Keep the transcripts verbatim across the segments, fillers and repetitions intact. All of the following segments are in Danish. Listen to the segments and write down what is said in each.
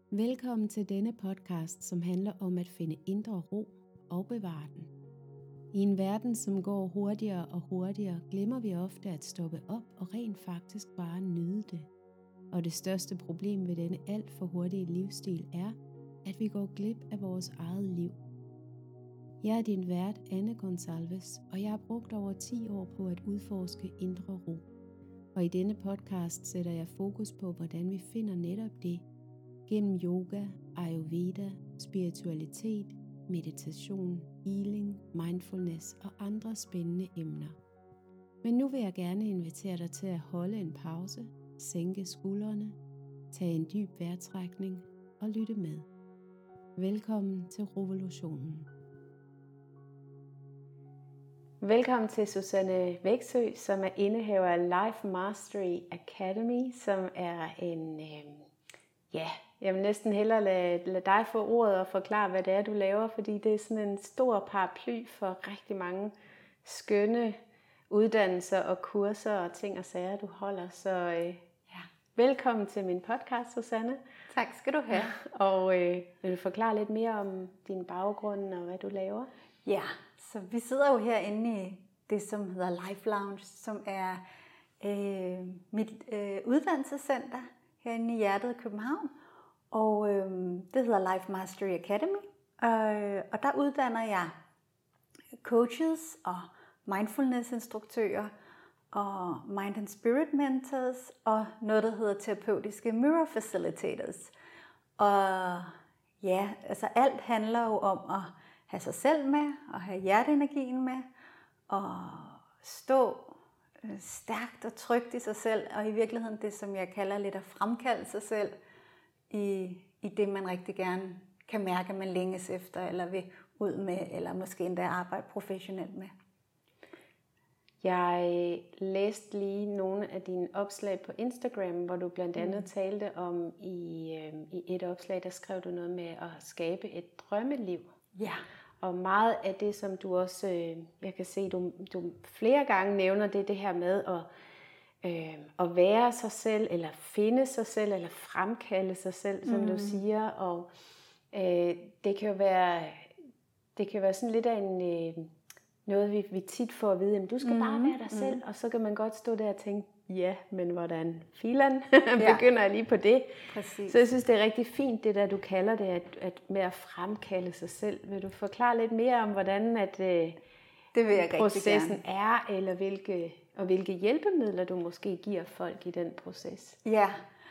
Velkommen til denne podcast, som handler om at finde indre ro og bevare den. I en verden, som går hurtigere og hurtigere, glemmer vi ofte at stoppe op og rent faktisk bare nyde det. Og det største problem ved denne alt for hurtige livsstil er, at vi går glip af vores eget liv. Jeg er din vært, Anne Gonsalves, og jeg har brugt over ti år på at udforske indre ro. Og i denne podcast sætter jeg fokus på, hvordan vi finder netop det, gennem yoga, ayurveda, spiritualitet, meditation, healing, mindfulness og andre spændende emner. Men nu vil jeg gerne invitere dig til at holde en pause, sænke skuldrene, tage en dyb vejrtrækning og lytte med. Velkommen til Revolutionen. Velkommen til Susanne Veksø, som er indehaver af Life Mastery Academy, som er en... Øh, ja, jeg vil næsten hellere lade, lade dig få ordet og forklare, hvad det er, du laver, fordi det er sådan en stor paraply for rigtig mange skønne uddannelser og kurser og ting og sager, du holder. Så øh, ja, velkommen til min podcast, Susanne. Tak skal du have. Og øh, vil du forklare lidt mere om din baggrund og hvad du laver? Ja, så vi sidder jo herinde i det, som hedder Life Lounge, som er øh, mit øh, uddannelsescenter herinde i hjertet i København. Og øh, det hedder Life Mastery Academy. Øh, og der uddanner jeg coaches og mindfulness-instruktører og mind and spirit mentors og noget, der hedder terapeutiske mirror facilitators. Og ja, altså alt handler jo om at have sig selv med og have hjerteenergien med og stå stærkt og trygt i sig selv, og i virkeligheden det, som jeg kalder lidt at fremkalde sig selv i, i det, man rigtig gerne kan mærke, man længes efter, eller vil ud med, eller måske endda arbejde professionelt med. Jeg læste lige nogle af dine opslag på Instagram, hvor du blandt andet mm. talte om, i, øh, i et opslag, der skrev du noget med at skabe et drømmeliv. Ja. Og meget af det, som du også, øh, jeg kan se, du, du flere gange nævner, det det her med at, øh, at være sig selv, eller finde sig selv, eller fremkalde sig selv, som mm. du siger. Og øh, det kan jo være, det kan være sådan lidt af en, øh, noget, vi, vi tit får at vide, at du skal mm. bare være dig selv, mm. og så kan man godt stå der og tænke, ja, men hvordan filan begynder jeg lige på det. Præcis. Så jeg synes, det er rigtig fint, det der, du kalder det, at, at med at fremkalde sig selv. Vil du forklare lidt mere om, hvordan at, øh, det vil jeg processen er, eller hvilke, og hvilke hjælpemidler du måske giver folk i den proces? Ja,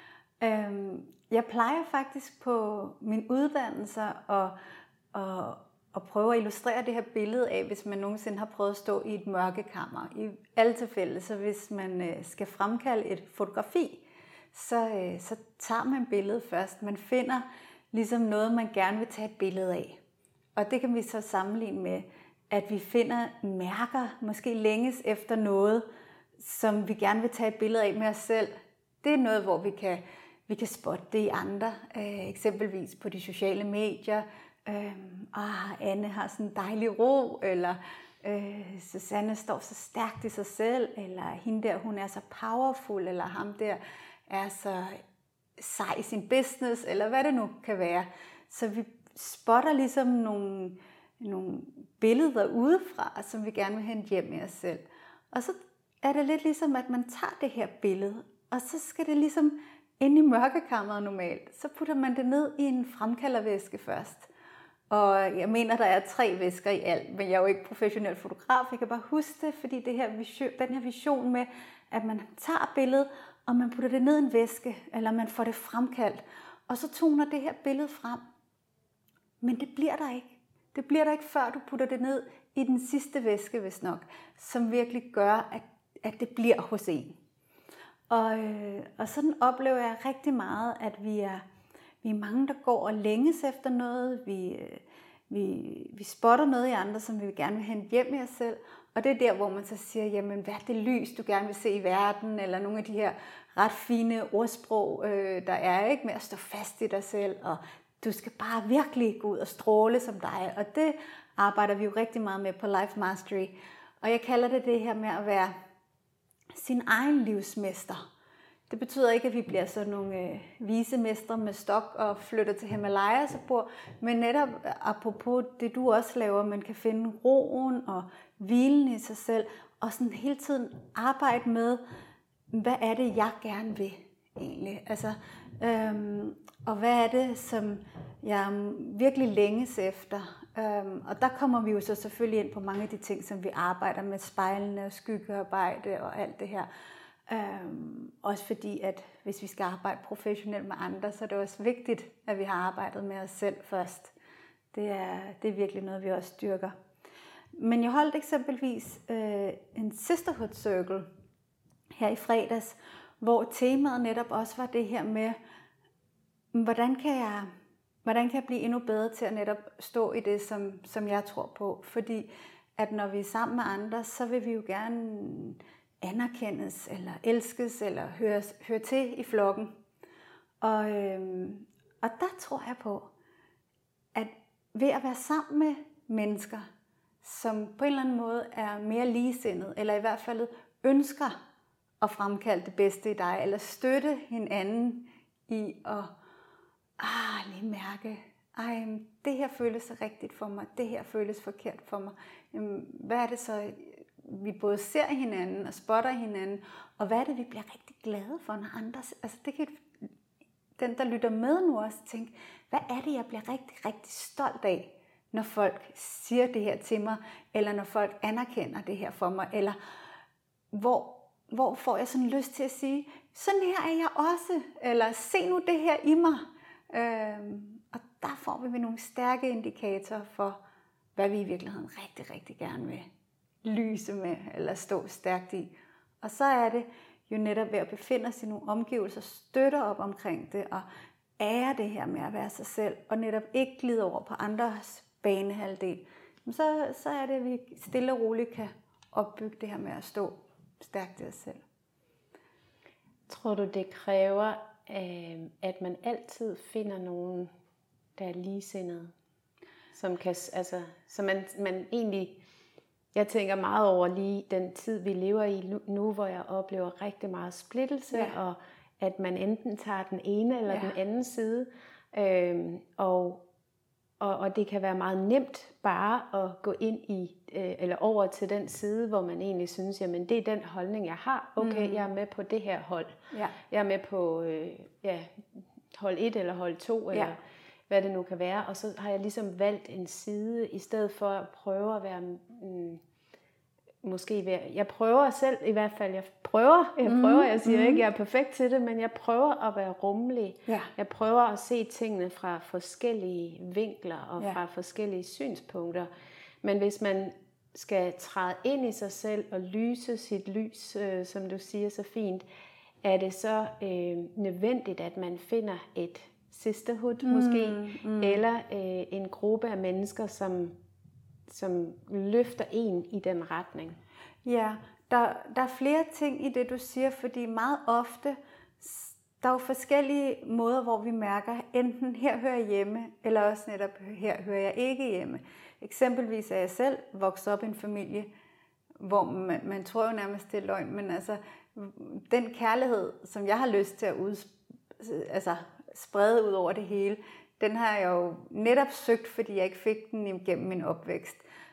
øhm, jeg plejer faktisk på min uddannelse og, og og prøve at illustrere det her billede af, hvis man nogensinde har prøvet at stå i et mørkekammer. I alle tilfælde, så hvis man øh, skal fremkalde et fotografi, så, øh, så tager man billedet først. Man finder ligesom noget, man gerne vil tage et billede af. Og det kan vi så sammenligne med, at vi finder mærker, måske længes efter noget, som vi gerne vil tage et billede af med os selv. Det er noget, hvor vi kan, vi kan spotte det i andre, øh, eksempelvis på de sociale medier. Øhm, ah, Anne har sådan en dejlig ro, eller øh, Susanne står så stærkt i sig selv, eller hende der, hun er så powerful, eller ham der er så sej i sin business, eller hvad det nu kan være. Så vi spotter ligesom nogle, nogle billeder udefra, som vi gerne vil hente hjem med os selv. Og så er det lidt ligesom, at man tager det her billede, og så skal det ligesom ind i mørkekammeret normalt. Så putter man det ned i en fremkaldervæske først. Og jeg mener, der er tre væsker i alt, men jeg er jo ikke professionel fotograf. Jeg kan bare huske det, fordi det her vision, den her vision med, at man tager billedet, og man putter det ned i en væske, eller man får det fremkaldt, og så toner det her billede frem. Men det bliver der ikke. Det bliver der ikke, før du putter det ned i den sidste væske, hvis nok, som virkelig gør, at, at det bliver hos en. Og, øh, og sådan oplever jeg rigtig meget, at vi er Vi er mange, der går og længes efter noget. Vi, vi, vi spotter noget i andre, som vi gerne vil hente hjem i os selv. Og det er der, hvor man så siger, jamen hvad er det lys, du gerne vil se i verden? Eller nogle af de her ret fine ordsprog, øh, der er, ikke, med at stå fast i dig selv. Og du skal bare virkelig gå ud og stråle som dig. Og det arbejder vi jo rigtig meget med på Life Mastery. Og jeg kalder det det her med at være sin egen livsmester. Det betyder ikke, at vi bliver sådan nogle øh, visemestre med stok og flytter til Himalayas og bor, men netop apropos det, du også laver, man kan finde roen og hvilen i sig selv, og sådan hele tiden arbejde med, hvad er det, jeg gerne vil egentlig? Altså, øhm, og hvad er det, som jeg virkelig længes efter? Øhm, og der kommer vi jo så selvfølgelig ind på mange af de ting, som vi arbejder med, spejlene og skyggearbejde og alt det her. Øhm, også fordi, at hvis vi skal arbejde professionelt med andre, så er det også vigtigt, at vi har arbejdet med os selv først. Det er, det er virkelig noget, vi også styrker. Men jeg holdt eksempelvis øh, en Sisterhood Circle her i fredags, hvor temaet netop også var det her med, hvordan kan jeg, hvordan kan jeg blive endnu bedre til at netop stå i det, som, som jeg tror på. Fordi at når vi er sammen med andre, så vil vi jo gerne anerkendes, eller elskes, eller høre, høre til i flokken. Og, øhm, og der tror jeg på, at ved at være sammen med mennesker, som på en eller anden måde er mere ligesindede, eller i hvert fald ønsker at fremkalde det bedste i dig, eller støtte hinanden i at ah, lige mærke, ej, det her føles så rigtigt for mig, det her føles forkert for mig. Jamen, hvad er det så, vi både ser hinanden og spotter hinanden, og hvad er det, vi bliver rigtig glade for, når andre, altså det kan den, der lytter med nu også tænke, hvad er det, jeg bliver rigtig, rigtig stolt af, når folk siger det her til mig, eller når folk anerkender det her for mig, eller hvor, hvor får jeg sådan lyst til at sige, sådan her er jeg også, eller se nu det her i mig. Øhm, og der får vi nogle stærke indikatorer for, hvad vi i virkeligheden rigtig, rigtig gerne vil lyse med, eller stå stærkt i. Og så er det jo netop ved at befinde os i nogle omgivelser, støtte op omkring det, og ære det her med at være sig selv, og netop ikke glide over på andres banehalvdel. Så, så er det, at vi stille og roligt kan opbygge det her med at stå stærkt i os selv. Tror du, det kræver, at man altid finder nogen, der er ligesindede? Som kan, altså, så man, man egentlig, jeg tænker meget over lige den tid, vi lever i nu, hvor jeg oplever rigtig meget splittelse, ja. Og at man enten tager den ene eller ja. Den anden side. Øhm, og, og, og det kan være meget nemt bare at gå ind i, øh, eller over til den side, hvor man egentlig synes, jamen det er den holdning, jeg har. Okay, mm. jeg er med på det her hold. Ja. Jeg er med på øh, ja, hold et eller hold to, eller ja. Hvad det nu kan være. Og så har jeg ligesom valgt en side, i stedet for at prøve at være... Mm, måske være, jeg prøver selv i hvert fald, jeg prøver, jeg prøver, jeg siger mm. ikke, jeg er perfekt til det, men jeg prøver at være rummelig. Ja. Jeg prøver at se tingene fra forskellige vinkler og ja. Fra forskellige synspunkter. Men hvis man skal træde ind i sig selv og lyse sit lys, øh, som du siger så fint, er det så øh, nødvendigt, at man finder et sisterhood mm. måske, mm. eller øh, en gruppe af mennesker, som som løfter en i den retning. Ja, der, der er flere ting i det, du siger, fordi meget ofte, der er jo forskellige måder, hvor vi mærker, enten her hører jeg hjemme, eller også netop her hører jeg ikke hjemme. Eksempelvis er jeg selv vokset op i en familie, hvor man, man tror jo nærmest, det er løgn, men altså, den kærlighed, som jeg har lyst til at ud, altså, sprede ud over det hele, den har jeg jo netop søgt, fordi jeg ikke fik den igennem min opvækst.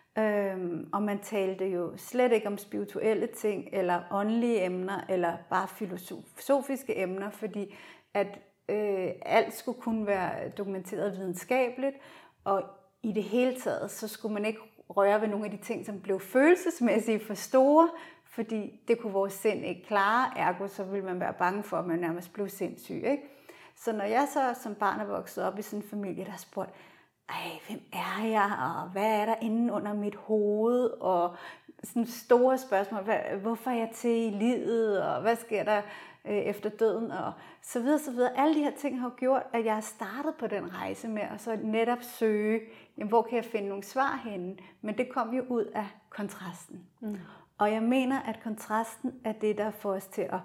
Øhm, og man talte jo slet ikke om spirituelle ting, eller åndelige emner, eller bare filosofiske emner, fordi at øh, alt skulle kunne være dokumenteret videnskabeligt, og i det hele taget, så skulle man ikke røre ved nogle af de ting, som blev følelsesmæssigt for store, fordi det kunne vores sind ikke klare, ergo så ville man være bange for, at man nærmest blev sindssyg, ikke? Så når jeg så som barn er vokset op i sådan en familie, der har spurgt, ej, hvem er jeg, og hvad er der inde under mit hoved, og sådan store spørgsmål, hvad, hvorfor er jeg til i livet, og hvad sker der øh, efter døden, og så videre, så videre. Alle de her ting har gjort, at jeg har startet på den rejse med, og så netop søge, jamen, hvor kan jeg finde nogle svar henne, men det kom jo ud af kontrasten. Mm. Og jeg mener, at kontrasten er det, der får os til at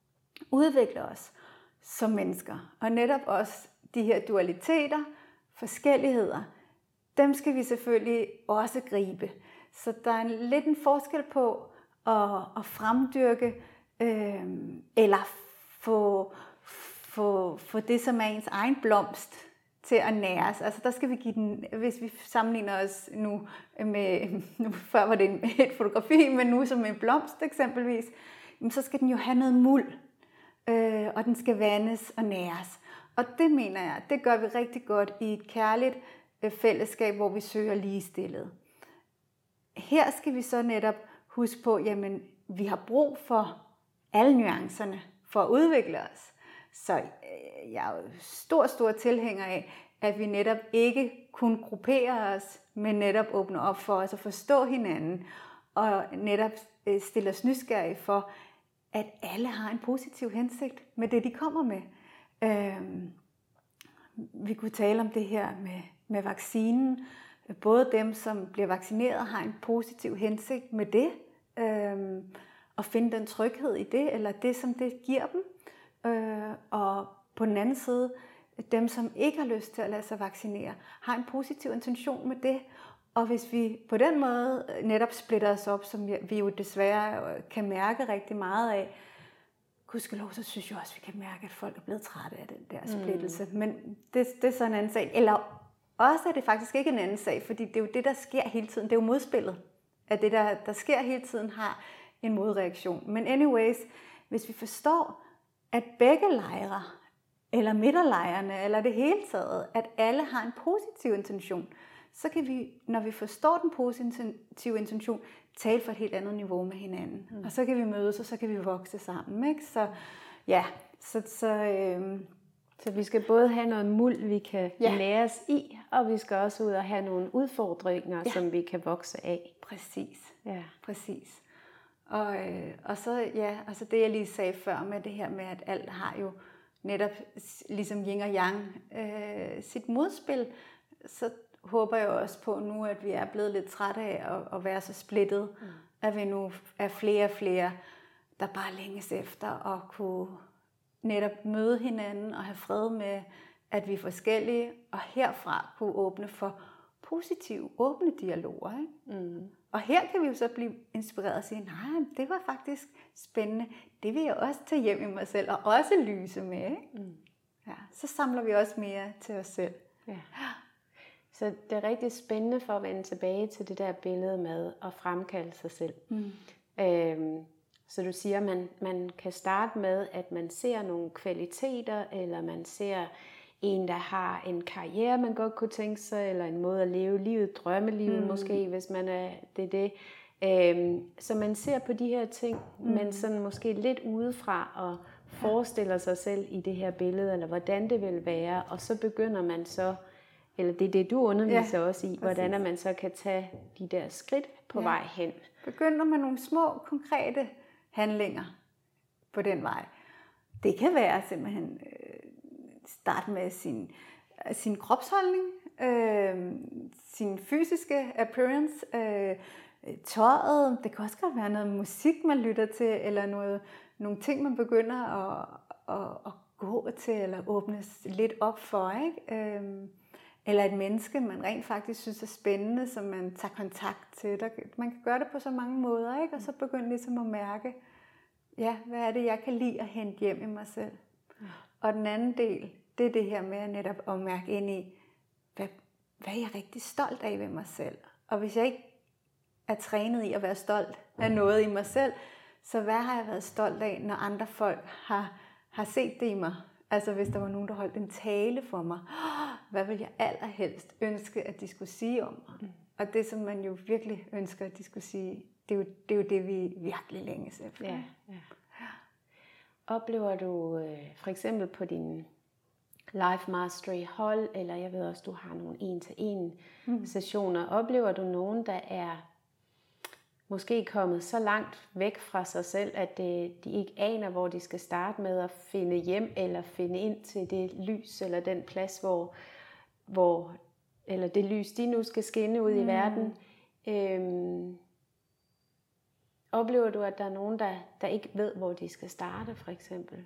udvikle os som mennesker. Og netop også de her dualiteter, forskelligheder, dem skal vi selvfølgelig også gribe. Så der er en, lidt en forskel på at, at fremdyrke øh, eller få, få, få det, som er ens egen blomst, til at næres. Altså der skal vi give den, hvis vi sammenligner os nu med, nu før var det et fotografi, men nu som en blomst eksempelvis, så skal den jo have noget muld, øh, og den skal vandes og næres. Og det mener jeg, det gør vi rigtig godt i et kærligt øh, fællesskab, hvor vi søger ligestillet. Her skal vi så netop huske på, jamen vi har brug for alle nuancerne for at udvikle os. Så øh, jeg er jo stor, stor tilhænger af, at vi netop ikke kun grupperer os, men netop åbner op for os at forstå hinanden, og netop øh, stiller os nysgerrige for, at alle har en positiv hensigt med det, de kommer med. Øh, vi kunne tale om det her med, med vaccinen. Både dem, som bliver vaccineret, har en positiv hensigt med det, øh, og finde den tryghed i det, eller det, som det giver dem. Øh, og på den anden side, dem, som ikke har lyst til at lade sig vaccinere, har en positiv intention med det. Og hvis vi på den måde netop splitter os op, som vi jo desværre kan mærke rigtig meget af, gudskelov, så synes jeg også, at vi kan mærke, at folk er blevet trætte af den der splittelse. Mm. Men det, det er så en anden sag. Eller også er det faktisk ikke en anden sag, fordi det er jo det, der sker hele tiden. Det er jo modspillet. At det, der, der sker hele tiden, har en modreaktion. Men anyways, hvis vi forstår, at begge lejre, eller midterlejrene, eller det hele taget, at alle har en positiv intention, så kan vi, når vi forstår den positive intention, tale for et helt andet niveau med hinanden. Mm. Og så kan vi mødes, og så kan vi vokse sammen. Ikke? Så ja, så... så øh, Så vi skal både have noget muld, vi kan ja. lære os i, og vi skal også ud og have nogle udfordringer, ja. som vi kan vokse af. Præcis. Ja. Præcis. Og, øh, og så ja, altså det jeg lige sagde før med det her med, at alt har jo netop ligesom yin og yang øh, sit modspil, så håber jeg også på nu, at vi er blevet lidt trætte af at, at være så splittet, mm. at vi nu er flere og flere, der bare længes efter at kunne netop møde hinanden og have fred med, at vi er forskellige, og herfra kunne åbne for positive, åbne dialoger. Ikke? Mm. Og her kan vi jo så blive inspireret og sige, nej, det var faktisk spændende. Det vil jeg også tage hjem i mig selv, og også lyse med. Ikke? Mm. Ja, så samler vi også mere til os selv. Ja. Så det er rigtig spændende for at vende tilbage til det der billede med at fremkalde sig selv. Mm. Øhm, Så du siger, at man, man kan starte med, at man ser nogle kvaliteter, eller man ser en, der har en karriere, man godt kunne tænke sig, eller en måde at leve livet, drømmelivet mm. måske, hvis man er det. det. Øhm, så man ser på de her ting, mm. men sådan måske lidt udefra og forestiller sig selv i det her billede, eller hvordan det vil være, og så begynder man så, eller det er det, du underviser ja, også i, hvordan præcis. Man så kan tage de der skridt på ja. Vej hen. Begynder med nogle små, konkrete handlinger på den vej. Det kan være simpelthen øh, starte med sin, sin kropsholdning, øh, sin fysiske appearance, øh, tøjet. Det kan også godt være noget musik, man lytter til, eller noget, nogle ting, man begynder at, at, at gå til, eller åbnes lidt op for. Ikke? Øh, eller et menneske, man rent faktisk synes er spændende, som man tager kontakt til. Der, man kan gøre det på så mange måder, ikke? Og så begynde ligesom at mærke, ja, hvad er det, jeg kan lide at hente hjem i mig selv. Ja. Og den anden del, det er det her med netop at mærke ind i, hvad, hvad er jeg rigtig stolt af ved mig selv. Og hvis jeg ikke er trænet i at være stolt af noget i mig selv, så hvad har jeg været stolt af, når andre folk har, har set det i mig? Altså hvis der var nogen, der holdt en tale for mig, hvad ville jeg allerhelst ønske, at de skulle sige om mig? Mm. Og det, som man jo virkelig ønsker, at de skulle sige, det er jo det, er jo det vi virkelig længes efter. Ja, ja. Oplever du øh, for eksempel på din Life Mastery hold, eller jeg ved også, du har nogle en-til-en mm. sessioner, oplever du nogen, der er måske kommet så langt væk fra sig selv, at det, de ikke aner, hvor de skal starte med at finde hjem, eller finde ind til det lys, eller den plads, hvor, hvor eller det lys, de nu skal skinne ud mm. i verden. Øhm, oplever du, at der er nogen, der, der ikke ved, hvor de skal starte, for eksempel?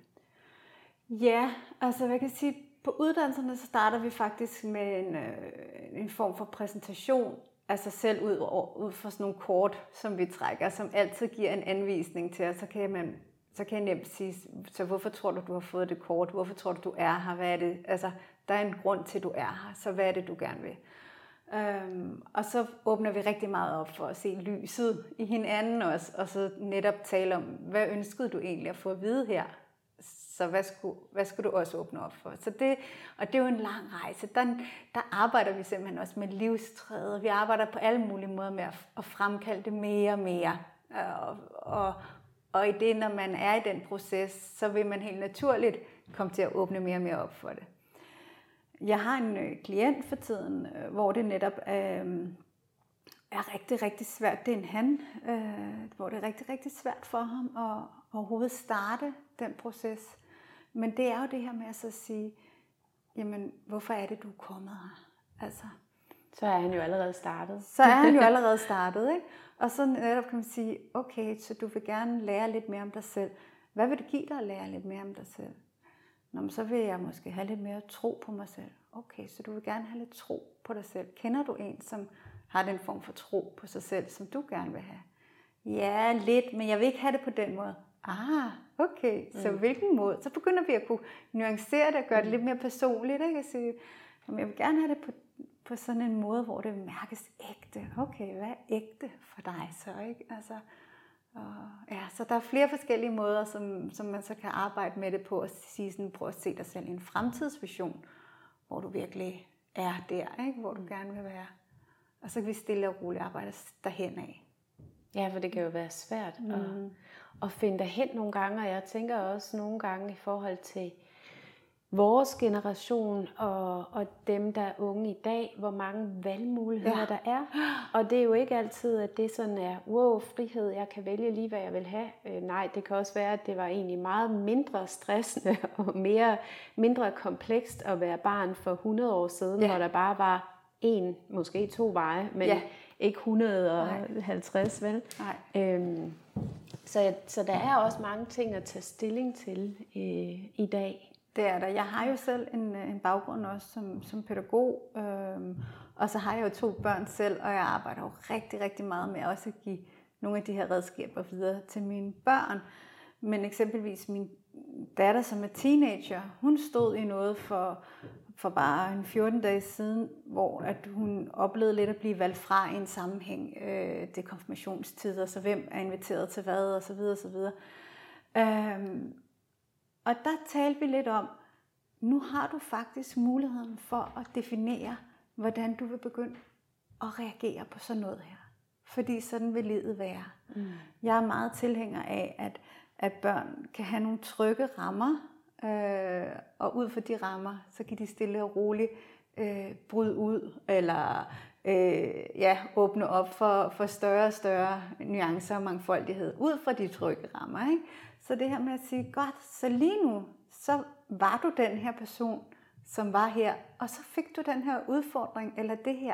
Ja, altså hvad kan jeg sige, på uddannelserne så starter vi faktisk med en, en form for præsentation af sig selv ud, ud fra sådan nogle kort, som vi trækker, som altid giver en anvisning til os. Så kan man, så kan jeg nemt sige, så hvorfor tror du, du har fået det kort? Hvorfor tror du, du er her? Hvad er det? Altså, der er en grund til, du er her, så hvad er det, du gerne vil? Øhm, og så åbner vi rigtig meget op for at se lyset i hinanden også, og så netop tale om, hvad ønskede du egentlig at få at vide her? Så hvad skulle, hvad skulle du også åbne op for? Så det, og det er jo en lang rejse. Der, der arbejder vi simpelthen også med livstræet. Vi arbejder på alle mulige måder med at, at fremkalde det mere og mere. Og, og, og i det, når man er i den proces, så vil man helt naturligt komme til at åbne mere og mere op for det. Jeg har en øh, klient for tiden, øh, hvor det netop øh, er rigtig, rigtig svært. Det er en han, øh, hvor det er rigtig, rigtig svært for ham at overhovedet starte den proces. Men det er jo det her med at så sige, jamen, hvorfor er det, du er kommet her? Altså, så er han jo allerede startet. Så er han jo allerede startet, ikke? Og så netop kan man sige, okay, så du vil gerne lære lidt mere om dig selv. Hvad vil det give dig at lære lidt mere om dig selv? Nå, men så vil jeg måske have lidt mere tro på mig selv. Okay, så du vil gerne have lidt tro på dig selv. Kender du en, som har den form for tro på sig selv, som du gerne vil have? Ja, lidt, men jeg vil ikke have det på den måde. Ah, okay, så mm. hvilken måde? Så begynder vi at kunne nuancere det og gøre det lidt mere personligt. Ikke? Jeg siger, jamen, jeg vil gerne have det på, på sådan en måde, hvor det mærkes ægte. Okay, hvad er ægte for dig så? Ikke? Altså, og, ja, så der er flere forskellige måder, som, som man så kan arbejde med det på, og sige sådan, prøv at se dig selv i en fremtidsvision, hvor du virkelig er der, ikke? Hvor du gerne vil være. Og så kan vi stille og roligt arbejde derhen af. Ja, for det kan jo være svært mm. at, at finde derhen nogle gange, og jeg tænker også nogle gange i forhold til vores generation og, og dem, der er unge i dag, hvor mange valgmuligheder ja. der er. Og det er jo ikke altid, at det sådan er, wow, frihed, jeg kan vælge lige, hvad jeg vil have. Øh, nej, det kan også være, at det var egentlig meget mindre stressende og mere, mindre komplekst at være barn for hundrede år siden, ja. hvor der bare var en, måske to veje, men ja. ikke et hundrede og halvtreds, vel? Nej. Øhm, så, så der er også mange ting at tage stilling til øh, i dag. Det er der. Jeg har jo selv en, en baggrund også som, som pædagog, øhm, og så har jeg jo to børn selv, og jeg arbejder jo rigtig, rigtig meget med også at give nogle af de her redskaber videre til mine børn. Men eksempelvis min datter, som er teenager, hun stod i noget for, for bare en fjorten dage siden, hvor at hun oplevede lidt at blive valgt fra i en sammenhæng. Øh, det er konfirmationstider, så hvem er inviteret til hvad, og så videre, og så videre. Øhm, Og der talte vi lidt om, nu har du faktisk muligheden for at definere, hvordan du vil begynde at reagere på sådan noget her. Fordi sådan vil livet være. Mm. Jeg er meget tilhænger af, at, at børn kan have nogle trygge rammer, øh, og ud for de rammer, så kan de stille og roligt øh, bryde ud, eller øh, ja, åbne op for, for større og større nuancer og mangfoldighed, ud fra de trygge rammer, ikke? Så det her med at sige, godt, så lige nu, så var du den her person, som var her, og så fik du den her udfordring, eller det her.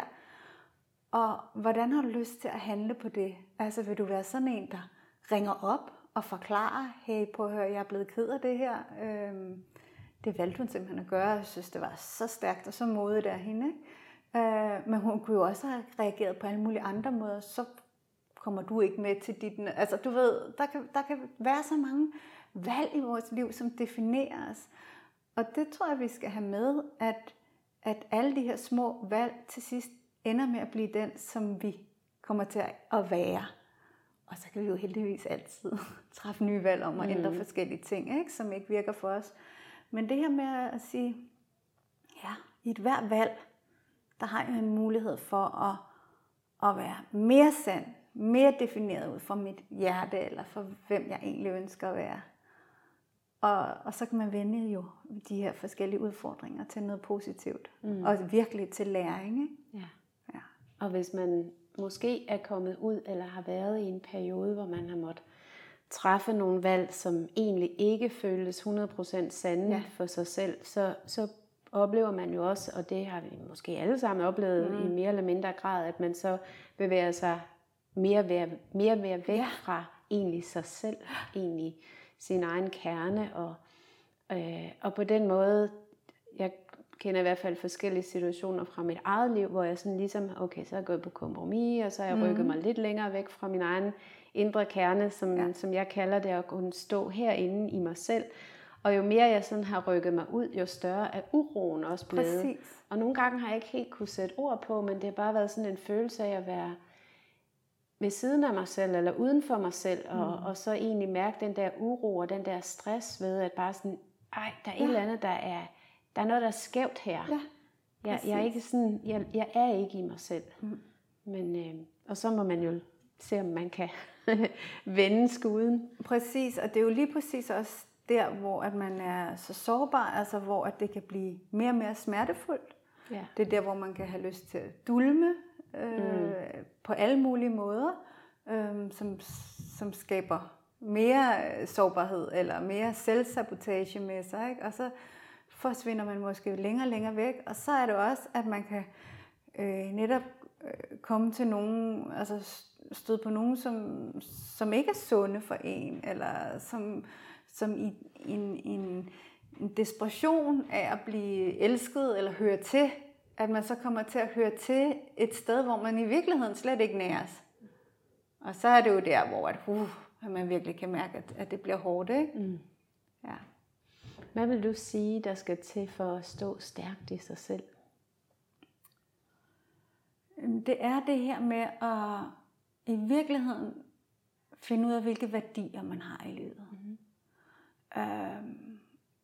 Og hvordan har du lyst til at handle på det? Altså vil du være sådan en, der ringer op og forklarer, hey, prøv at høre, jeg er blevet ked af det her. Øhm, det valgte hun simpelthen at gøre. Jeg synes, det var så stærkt og så modigt af hende. Øh, men hun kunne jo også have reageret på alle mulige andre måder, så kommer du ikke med til dit... Altså du ved, der kan, der kan være så mange valg i vores liv, som definerer os. Og det tror jeg, vi skal have med, at, at alle de her små valg til sidst ender med at blive den, som vi kommer til at være. Og så kan vi jo heldigvis altid træffe nye valg om at ændre mm. forskellige ting, ikke, som ikke virker for os. Men det her med at sige, ja, i et hvert valg, der har jeg en mulighed for at, at være mere sand, mere defineret ud fra mit hjerte, eller for hvem jeg egentlig ønsker at være. Og, og så kan man vende jo de her forskellige udfordringer til noget positivt, mm. og virkelig til læring. Ikke? Ja. Ja. Og hvis man måske er kommet ud, eller har været i en periode, hvor man har måttet træffe nogle valg, som egentlig ikke føles hundrede procent sande ja. for sig selv, så, så oplever man jo også, og det har vi måske alle sammen oplevet mm. i mere eller mindre grad, at man så bevæger sig mere ved, mere ved væk ja. fra egentlig sig selv, egentlig sin egen kerne, og, øh, og på den måde, jeg kender i hvert fald forskellige situationer fra mit eget liv, hvor jeg sådan ligesom, okay, så er jeg gået på kompromis, og så har jeg rykket mm. mig lidt længere væk fra min egen indre kerne, som, ja. som jeg kalder det, at kunne stå herinde i mig selv. Og jo mere jeg sådan har rykket mig ud, jo større er uroen også blevet. Præcis. Og nogle gange har jeg ikke helt kunne sætte ord på, men det har bare været sådan en følelse af at være ved siden af mig selv, eller uden for mig selv, og, mm. og så egentlig mærke den der uro og den der stress ved, at bare sådan, ej, der er ja. et eller andet, der er, der er noget, der er skævt her. Ja, jeg, jeg, er ikke sådan, jeg, jeg er ikke i mig selv. Mm. Men, øh, og så må man jo se, om man kan vende skuden. Præcis, og det er jo lige præcis også der, hvor at man er så sårbar, altså hvor at det kan blive mere og mere smertefuldt. Ja. Det er der, hvor man kan have lyst til at dulme øh, mm. på alle mulige måder, øh, som, som skaber mere sårbarhed eller mere selvsabotage med sig, ikke? Og så forsvinder man måske længere og længere væk, og så er det også, at man kan øh, netop øh, komme til nogen, altså støde på nogen, som, som ikke er sunde for en, eller som, som i, i en, en, en desperation af at blive elsket eller høre til, at man så kommer til at høre til et sted, hvor man i virkeligheden slet ikke næres. Og så er det jo der, hvor at, uh, at man virkelig kan mærke, at, at det bliver hårdt, ikke? Mm. Ja. Hvad vil du sige, der skal til for at stå stærkt i sig selv? Det er det her med at i virkeligheden finde ud af, hvilke værdier man har i livet. Mm-hmm. Øhm,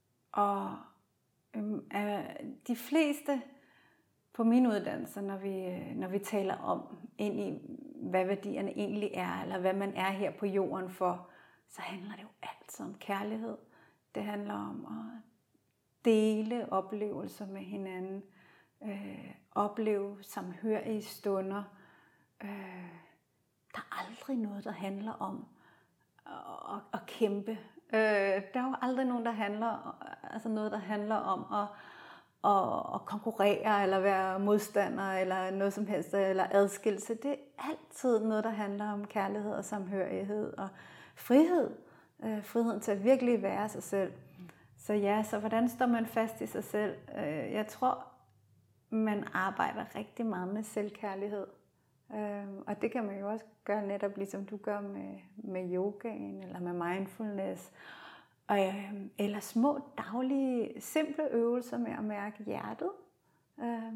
og øhm, øh, de fleste på min uddannelse, når vi, når vi taler om ind i, hvad værdierne egentlig er, eller hvad man er her på jorden for, så handler det jo altid om kærlighed. Det handler om at dele oplevelser med hinanden, øh, opleve samhørige stunder. Øh, der er aldrig noget, der handler om at, at, at kæmpe. Øh, der er jo aldrig nogen, der handler, altså noget, der handler om at, at, at konkurrere, eller være modstander, eller noget som helst, eller adskillelse. Det er altid noget, der handler om kærlighed og samhørighed og frihed. Øh, friheden til at virkelig være sig selv. Så ja, så hvordan står man fast i sig selv? Øh, jeg tror, man arbejder rigtig meget med selvkærlighed. Øh, og det kan man jo også gøre netop ligesom du gør med, med yogaen eller med mindfulness. Og, øh, eller små daglige, simple øvelser med at mærke hjertet. Øh,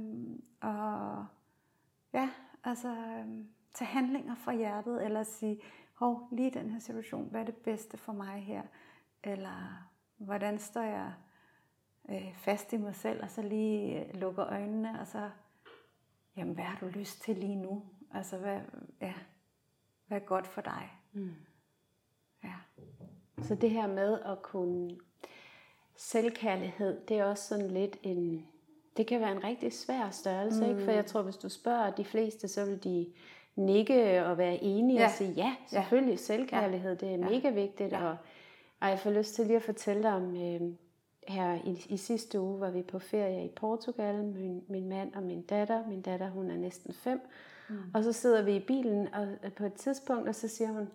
og ja, altså øh, tage handlinger fra hjertet, eller sige, hov, lige i den her situation, hvad er det bedste for mig her? Eller hvordan står jeg øh, fast i mig selv, og så lige øh, lukker øjnene, og så, jamen, hvad har du lyst til lige nu? Altså, hvad, ja, hvad er godt for dig? Mm. Ja. Så det her med at kunne selvkærlighed, det er også sådan lidt en, det kan være en rigtig svær størrelse, mm. ikke? For jeg tror, hvis du spørger de fleste, så vil de nikke og være enige ja. og sige, ja, selvfølgelig, ja. selvkærlighed, det er ja. mega vigtigt. Ja. Og, og jeg får lyst til lige at fortælle dig om, øh, her i, i sidste uge var vi på ferie i Portugal, min, min mand og min datter. Min datter, hun er næsten fem. Mm. Og så sidder vi i bilen og, på et tidspunkt, og så siger hun,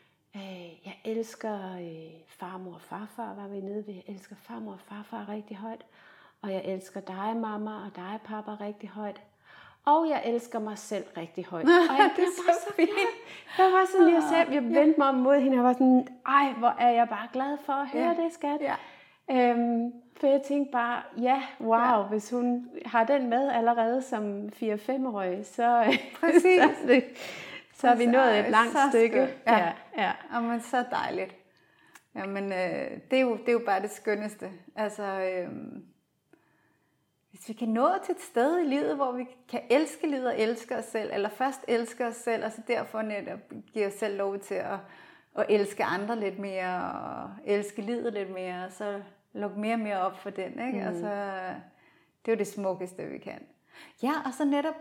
øh, jeg elsker øh, farmor og farfar, var vi nede ved. Jeg elsker farmor og farfar rigtig højt. Og jeg elsker dig, mamma, og dig, papa, rigtig højt. Og jeg elsker mig selv rigtig højt. Og jeg, det er så fint. Jeg var sådan, jeg selv, jeg vendte mig om mod hende, og var sådan, ej, hvor er jeg bare glad for at høre ja. det, skat. Ja. Øhm, for jeg tænkte bare, ja, wow, ja. hvis hun har den med allerede som fire-fem-årig, så, Præcis. så, det, så har vi nået et langt stykke. Ja, ja. ja. Og men så dejligt. Jamen, øh, det, er jo, det er jo bare det skønneste. Altså, øh, hvis vi kan nå til et sted i livet, hvor vi kan elske livet og elske os selv, eller først elske os selv, og så derfor netop give os selv lov til at, at elske andre lidt mere, og elske livet lidt mere, og så lukke mere og mere op for den, ikke? Mm. Altså, det er jo det smukkeste, vi kan. Ja, og så netop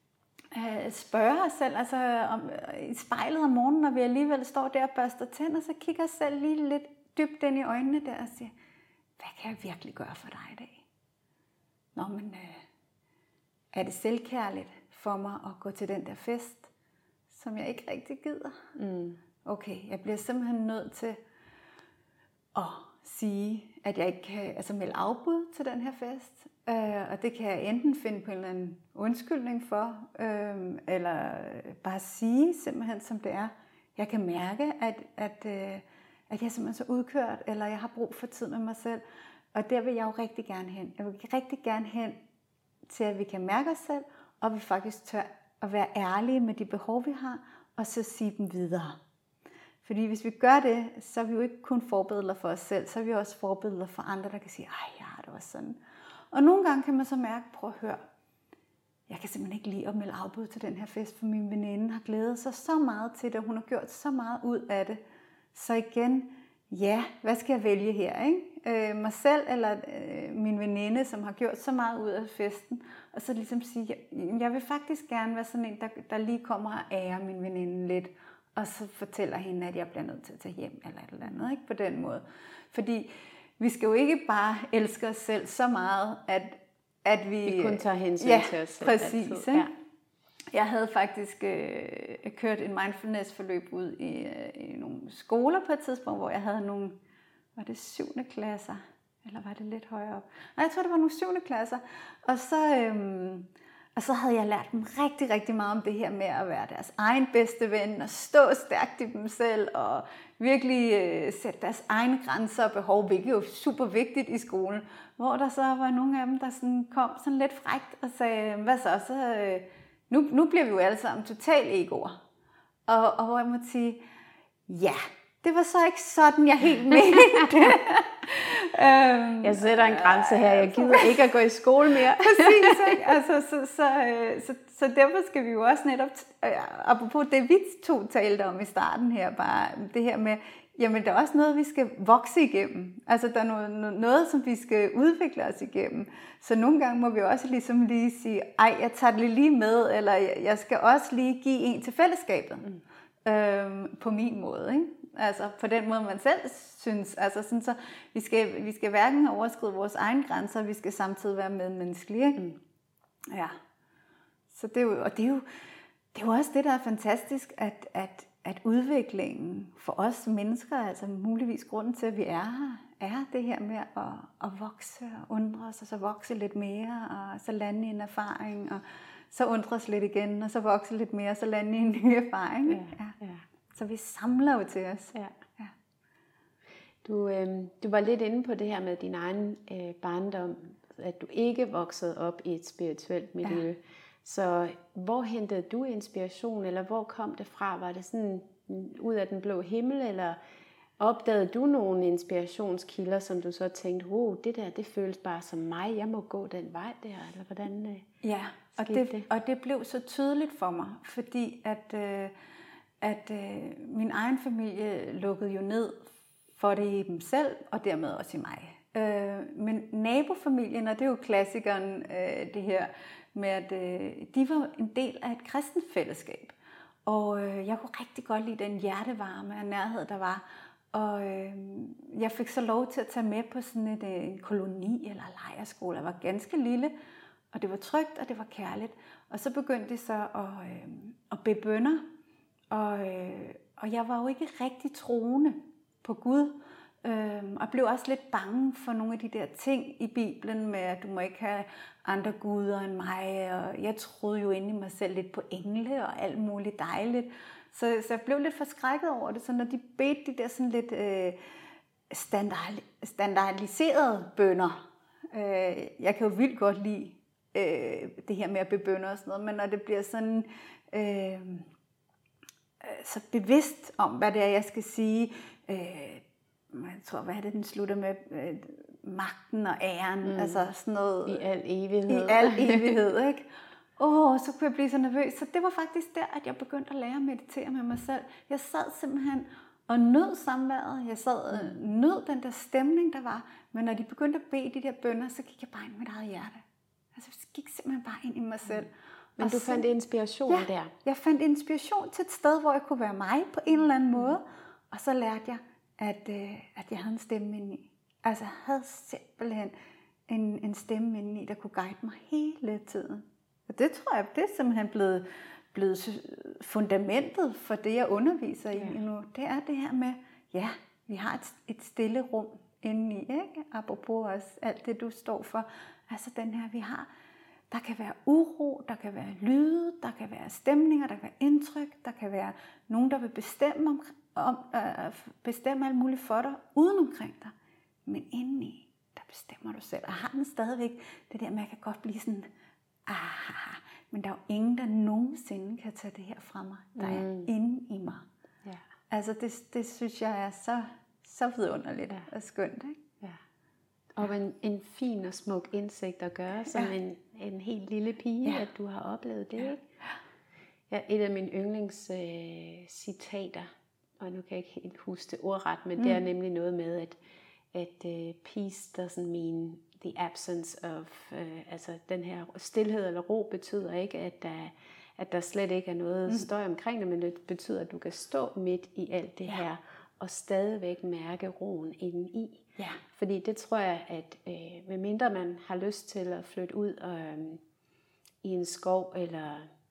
øh, spørge os selv, altså om, i spejlet om morgenen, når vi alligevel står der og børster tænder, så kigger os selv lige lidt dybt ind i øjnene der og siger, hvad kan jeg virkelig gøre for dig i dag? Nå, men øh, er det selvkærligt for mig at gå til den der fest, som jeg ikke rigtig gider? Mm. Okay, jeg bliver simpelthen nødt til at sige, at jeg ikke kan altså melde afbud til den her fest. Øh, og det kan jeg enten finde på en eller anden undskyldning for, øh, eller bare sige simpelthen som det er, Jeg kan mærke, at, at, øh, at jeg er simpelthen så udkørt, eller jeg har brug for tid med mig selv. Og der vil jeg jo rigtig gerne hen. Jeg vil rigtig gerne hen til, at vi kan mærke os selv, og vi faktisk tør at være ærlige med de behov, vi har, og så sige dem videre. Fordi hvis vi gør det, så er vi jo ikke kun forbilleder for os selv, så er vi også forbilleder for andre, der kan sige, ej, ja, det var sådan. Og nogle gange kan man så mærke, prøv at høre, jeg kan simpelthen ikke lide at melde afbud til den her fest, for min veninde har glædet sig så meget til det, og hun har gjort så meget ud af det. Så igen, ja, hvad skal jeg vælge her, ikke? Øh, mig selv eller øh, min veninde, som har gjort så meget ud af festen, og så ligesom sige, jeg, jeg vil faktisk gerne være sådan en, der, der lige kommer og ærer min veninde lidt, og så fortæller hende, at jeg bliver nødt til at tage hjem, eller et eller andet, ikke? På den måde. Fordi vi skal jo ikke bare elske os selv så meget, at, at vi... Vi kun tager hensyn ja, til os selv. Præcis, altid. Ja. Jeg havde faktisk øh, kørt en mindfulness-forløb ud i, øh, i nogle skoler på et tidspunkt, hvor jeg havde nogle, var det syvende klasser, eller var det lidt højere op? Nej, jeg tror, det var nogle syvende klasser. Og så, øh, og så havde jeg lært dem rigtig, rigtig meget om det her med at være deres egen bedste ven, og stå stærkt i dem selv, og virkelig øh, sætte deres egne grænser og behov, hvilket er jo super vigtigt i skolen. Hvor der så var nogle af dem, der sådan kom sådan lidt frækt og sagde, hvad så, så... Øh, Nu, nu bliver vi jo alle sammen totalt egoer. Og, og hvor jeg måtte sige, ja, det var så ikke sådan, jeg helt mente. øhm, jeg sætter en grænse her, jeg gider ikke at gå i skole mere. Præcis, ikke? Altså, så, så, så, så, så derfor skal vi jo også netop, apropos det vi to talte om i starten her, bare det her med, jamen der er også noget, vi skal vokse igennem. Altså der er noget, noget, som vi skal udvikle os igennem. Så nogle gange må vi også ligesom lige sige, ej, jeg tager det lige med, eller jeg skal også lige give en til fællesskabet. Mm. Øhm, på min måde, ikke? Altså på den måde, man selv synes. Altså sådan så, vi skal, vi skal hverken overskride vores egne grænser, vi skal samtidig være medmenneskelige, ikke? Mm. Ja. Så det er jo, og det er jo, det er jo også det, der er fantastisk, at, at at udviklingen for os mennesker, altså muligvis grunden til, at vi er her, er det her med at, at vokse og undre os, og så vokse lidt mere, og så lande i en erfaring, og så undre os lidt igen, og så vokse lidt mere, og så lande i en ny erfaring. Ja, ja. Ja. Så vi samler jo til os. Ja. Ja. Du, øh, du var lidt inde på det her med din egen øh, barndom, at du ikke voksede op i et spirituelt miljø. Ja. Så hvor hentede du inspiration, eller hvor kom det fra? Var det sådan ud af den blå himmel, eller opdagede du nogle inspirationskilder, som du så tænkte, wow, det der, det føles bare som mig, jeg må gå den vej der, eller hvordan øh, ja, og det, det? Og det blev så tydeligt for mig, fordi at, øh, at øh, min egen familie lukkede jo ned for det i dem selv, og dermed også i mig. Øh, men nabofamilien, og det er jo klassikeren, øh, det her, med at øh, de var en del af et kristent fællesskab. Og øh, jeg kunne rigtig godt lide den hjertevarme og nærhed, der var. Og øh, jeg fik så lov til at tage med på sådan et, en koloni eller lejrskole. Jeg var ganske lille, og det var trygt, og det var kærligt. Og så begyndte de så at, øh, at bede bønner. Og, øh, og jeg var jo ikke rigtig troende på Gud. Øhm, og blev også lidt bange for nogle af de der ting i Bibelen med, at du må ikke have andre guder end mig. Og jeg troede jo inde i mig selv lidt på engle og alt muligt dejligt. Så, så jeg blev lidt forskrækket over det. Så når de bedte de der sådan lidt øh, standard, standardiserede bønner. Øh, jeg kan jo vildt godt lide øh, det her med at bebønne og sådan noget. Men når det bliver sådan øh, så bevidst om, hvad det er, jeg skal sige... Øh, jeg tror, hvad er det, den slutter med? Øh, magten og æren, mm. altså sådan noget... I al evighed. I al evighed, ikke? Åh, oh, så kunne jeg blive så nervøs. Så det var faktisk der, at jeg begyndte at lære at meditere med mig selv. Jeg sad simpelthen og nød samværet. Jeg sad og mm. nød den der stemning, der var. Men når de begyndte at bede de der bønner, så gik jeg bare ind i mit eget hjerte. Altså, jeg gik simpelthen bare ind i mig selv. Mm. Men og du fandt så, inspiration ja, der? jeg fandt inspiration til et sted, hvor jeg kunne være mig på en eller anden måde. Og så lærte jeg, At, øh, at jeg havde en stemme indeni. Altså jeg havde simpelthen en, en stemme indeni, der kunne guide mig hele tiden. Og det tror jeg, det er simpelthen blevet, blevet fundamentet for det, jeg underviser i ja. nu. Det er det her med, ja, vi har et, et stille rum indeni, ikke? Apropos også alt det, du står for. Altså den her, vi har, Der kan være uro, der kan være lyde, der kan være stemninger, der kan være indtryk, der kan være nogen, der vil bestemme, om, om, øh, bestemme alt muligt for dig, uden omkring dig. Men indeni, der bestemmer du selv. Og har den stadigvæk det der med, at jeg kan godt blive sådan, ah, men der er jo ingen, der nogensinde kan tage det her fra mig, der er mm. inde i mig. Ja. Altså det, det synes jeg er så, så vidunderligt ja. og skønt, ikke? Ja. Og en, en fin og smuk indsigt at gøre, som ja. en, en helt lille pige, ja. at du har oplevet det, ja. ikke? Ja, et af mine yndlings øh, citater, og nu kan jeg ikke helt huske det ordret, men mm. det er nemlig noget med, at, at uh, peace doesn't mean the absence of, uh, altså den her stilhed eller ro betyder ikke, at der, at der slet ikke er noget mm. støj omkring det, men det betyder, at du kan stå midt i alt det ja. her, og stadigvæk mærke roen indeni. Ja. Fordi det tror jeg, at øh, medmindre man har lyst til at flytte ud øh, i en skov, eller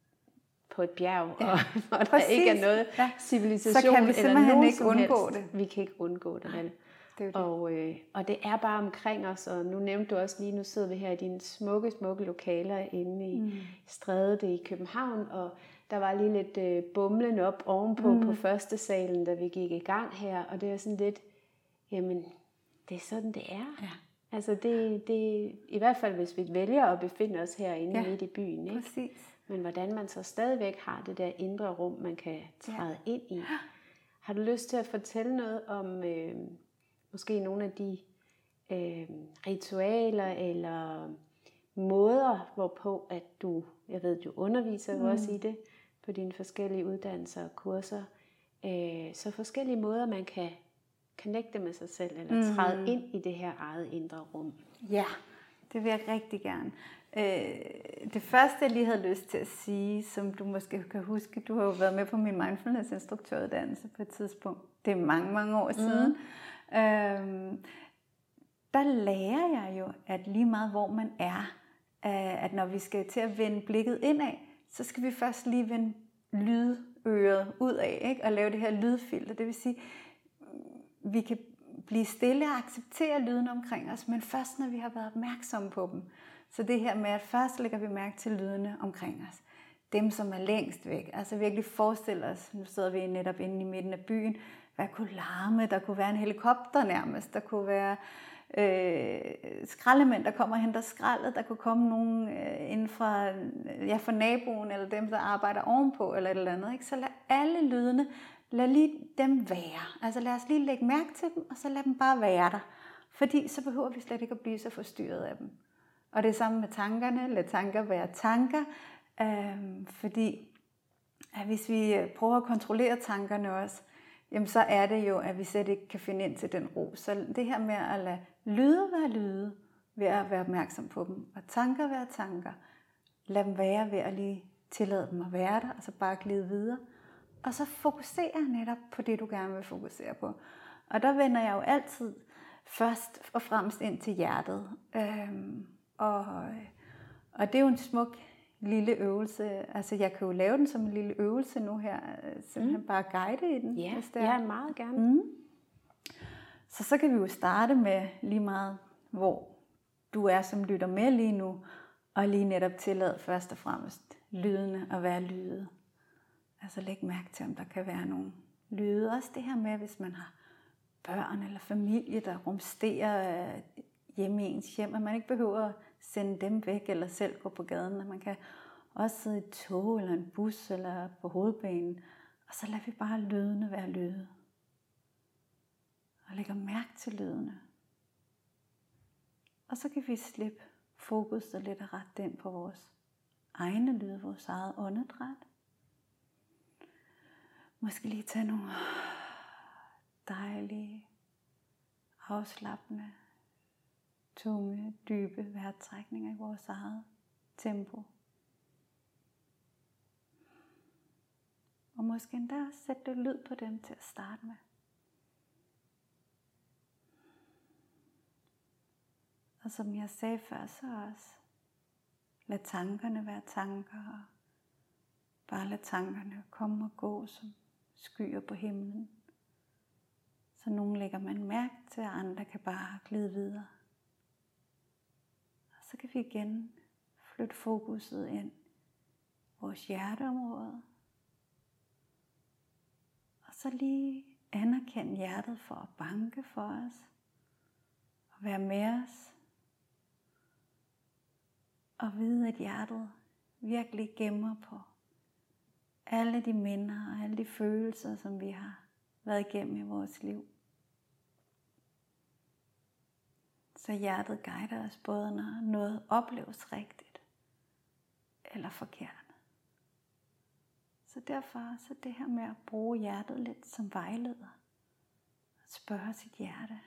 på et bjerg, ja. og, og der ikke er noget ja. civilisation, så kan vi simpelthen ikke undgå helst. det. Vi kan ikke undgå det, vel? Det er det. Og, øh, og det er bare omkring os, og nu nævnte du også lige, nu sidder vi her i dine smukke, smukke lokaler inde i mm. Strædet i København, og der var lige lidt øh, bumlen op ovenpå mm. på første salen, da vi gik i gang her, og det er sådan lidt, jamen, det er sådan, det er. Ja. Altså, det, det, i hvert fald, hvis vi vælger at befinde os herinde ja. midt i byen, ikke? Præcis. Men hvordan man så stadigvæk har det der indre rum, man kan træde ja. ind i. Har du lyst til at fortælle noget om øh, måske nogle af de øh, ritualer eller måder, hvorpå at du, jeg ved, du underviser mm. også i det på dine forskellige uddannelser og kurser, øh, så forskellige måder, man kan connecte med sig selv, eller træde mm. ind i det her eget indre rum. Ja, det vil jeg rigtig gerne. Øh, det første, jeg lige havde lyst til at sige, som du måske kan huske, du har jo været med på min mindfulness-instruktøruddannelse på et tidspunkt. Det er mange, mange år siden. Mm. Øh, der lærer jeg jo, at lige meget hvor man er, at når vi skal til at vende blikket indad, så skal vi først lige vende lydøret udad, ikke? Og lave det her lydfilter. Det vil sige, vi kan blive stille og acceptere lyden omkring os, men først når vi har været opmærksomme på dem. Så det her med, at først lægger vi mærke til lydene omkring os. Dem, som er længst væk. Altså virkelig forestille os, nu sidder vi netop inde i midten af byen, hvad kunne larme? Der kunne være en helikopter nærmest. Der kunne være øh, skraldemænd, der kommer og henter skraldet. Der kunne komme nogen øh, inden fra, ja, fra naboen, eller dem, der arbejder ovenpå, eller et eller andet. Ikke? Så lad alle lydene, lad lige dem være. Altså lad os lige lægge mærke til dem, og så lad dem bare være der. Fordi så behøver vi slet ikke at blive så forstyrret af dem. Og det er samme med tankerne. Lad tanker være tanker. Øhm, fordi at hvis vi prøver at kontrollere tankerne også, jamen så er det jo, at vi slet ikke kan finde ind til den ro. Så det her med at lade lyde være lyde, ved at være opmærksom på dem, og tanker være tanker, lad dem være ved at lige tillade dem at være der, og så bare glide videre. Og så fokusere netop på det, du gerne vil fokusere på. Og der vender jeg jo altid først og fremmest ind til hjertet. Øhm, og, og det er jo en smuk lille øvelse. Altså jeg kan jo lave den som en lille øvelse nu her. Simpelthen mm. bare guide i den. Ja, hvis det er. ja meget gerne. Mm. Så så kan vi jo starte med lige meget, hvor du er, som lytter med lige nu. Og lige netop tillade først og fremmest lydene at være lyde. Altså læg mærke til, om der kan være nogle lyde. Også det her med, hvis man har børn eller familie, der rumsterer hjemme i ens hjem, at man ikke behøver at sende dem væk eller selv gå på gaden. At man kan også sidde i et tog eller en bus eller på hovedbanen, og så lader vi bare lydene være lyde. Og lægger mærke til lydene. Og så kan vi slippe fokuset lidt og rette ind på vores egne lyde, vores eget åndedræt. Måske lige tage nogle dejlige, afslappende, tunge, dybe vejrtrækninger i vores eget tempo. Og måske endda også sætte lyd på dem til at starte med. Og som jeg sagde før, så også lad tankerne være tanker, og bare lad tankerne komme og gå som skyer på himlen. Så nogle lægger man mærke til, og andre kan bare glide videre. Og så kan vi igen Flyt fokuset ind i vores hjerteområde. Og så lige anerkend hjertet for at banke for os. Og være med os. Og vide, at hjertet virkelig gemmer på alle de minder og alle de følelser, som vi har været igennem i vores liv. Så hjertet guider os både, når noget opleves rigtigt eller forkert. Så derfor så det her med at bruge hjertet lidt som vejleder. At spørge sit hjerte.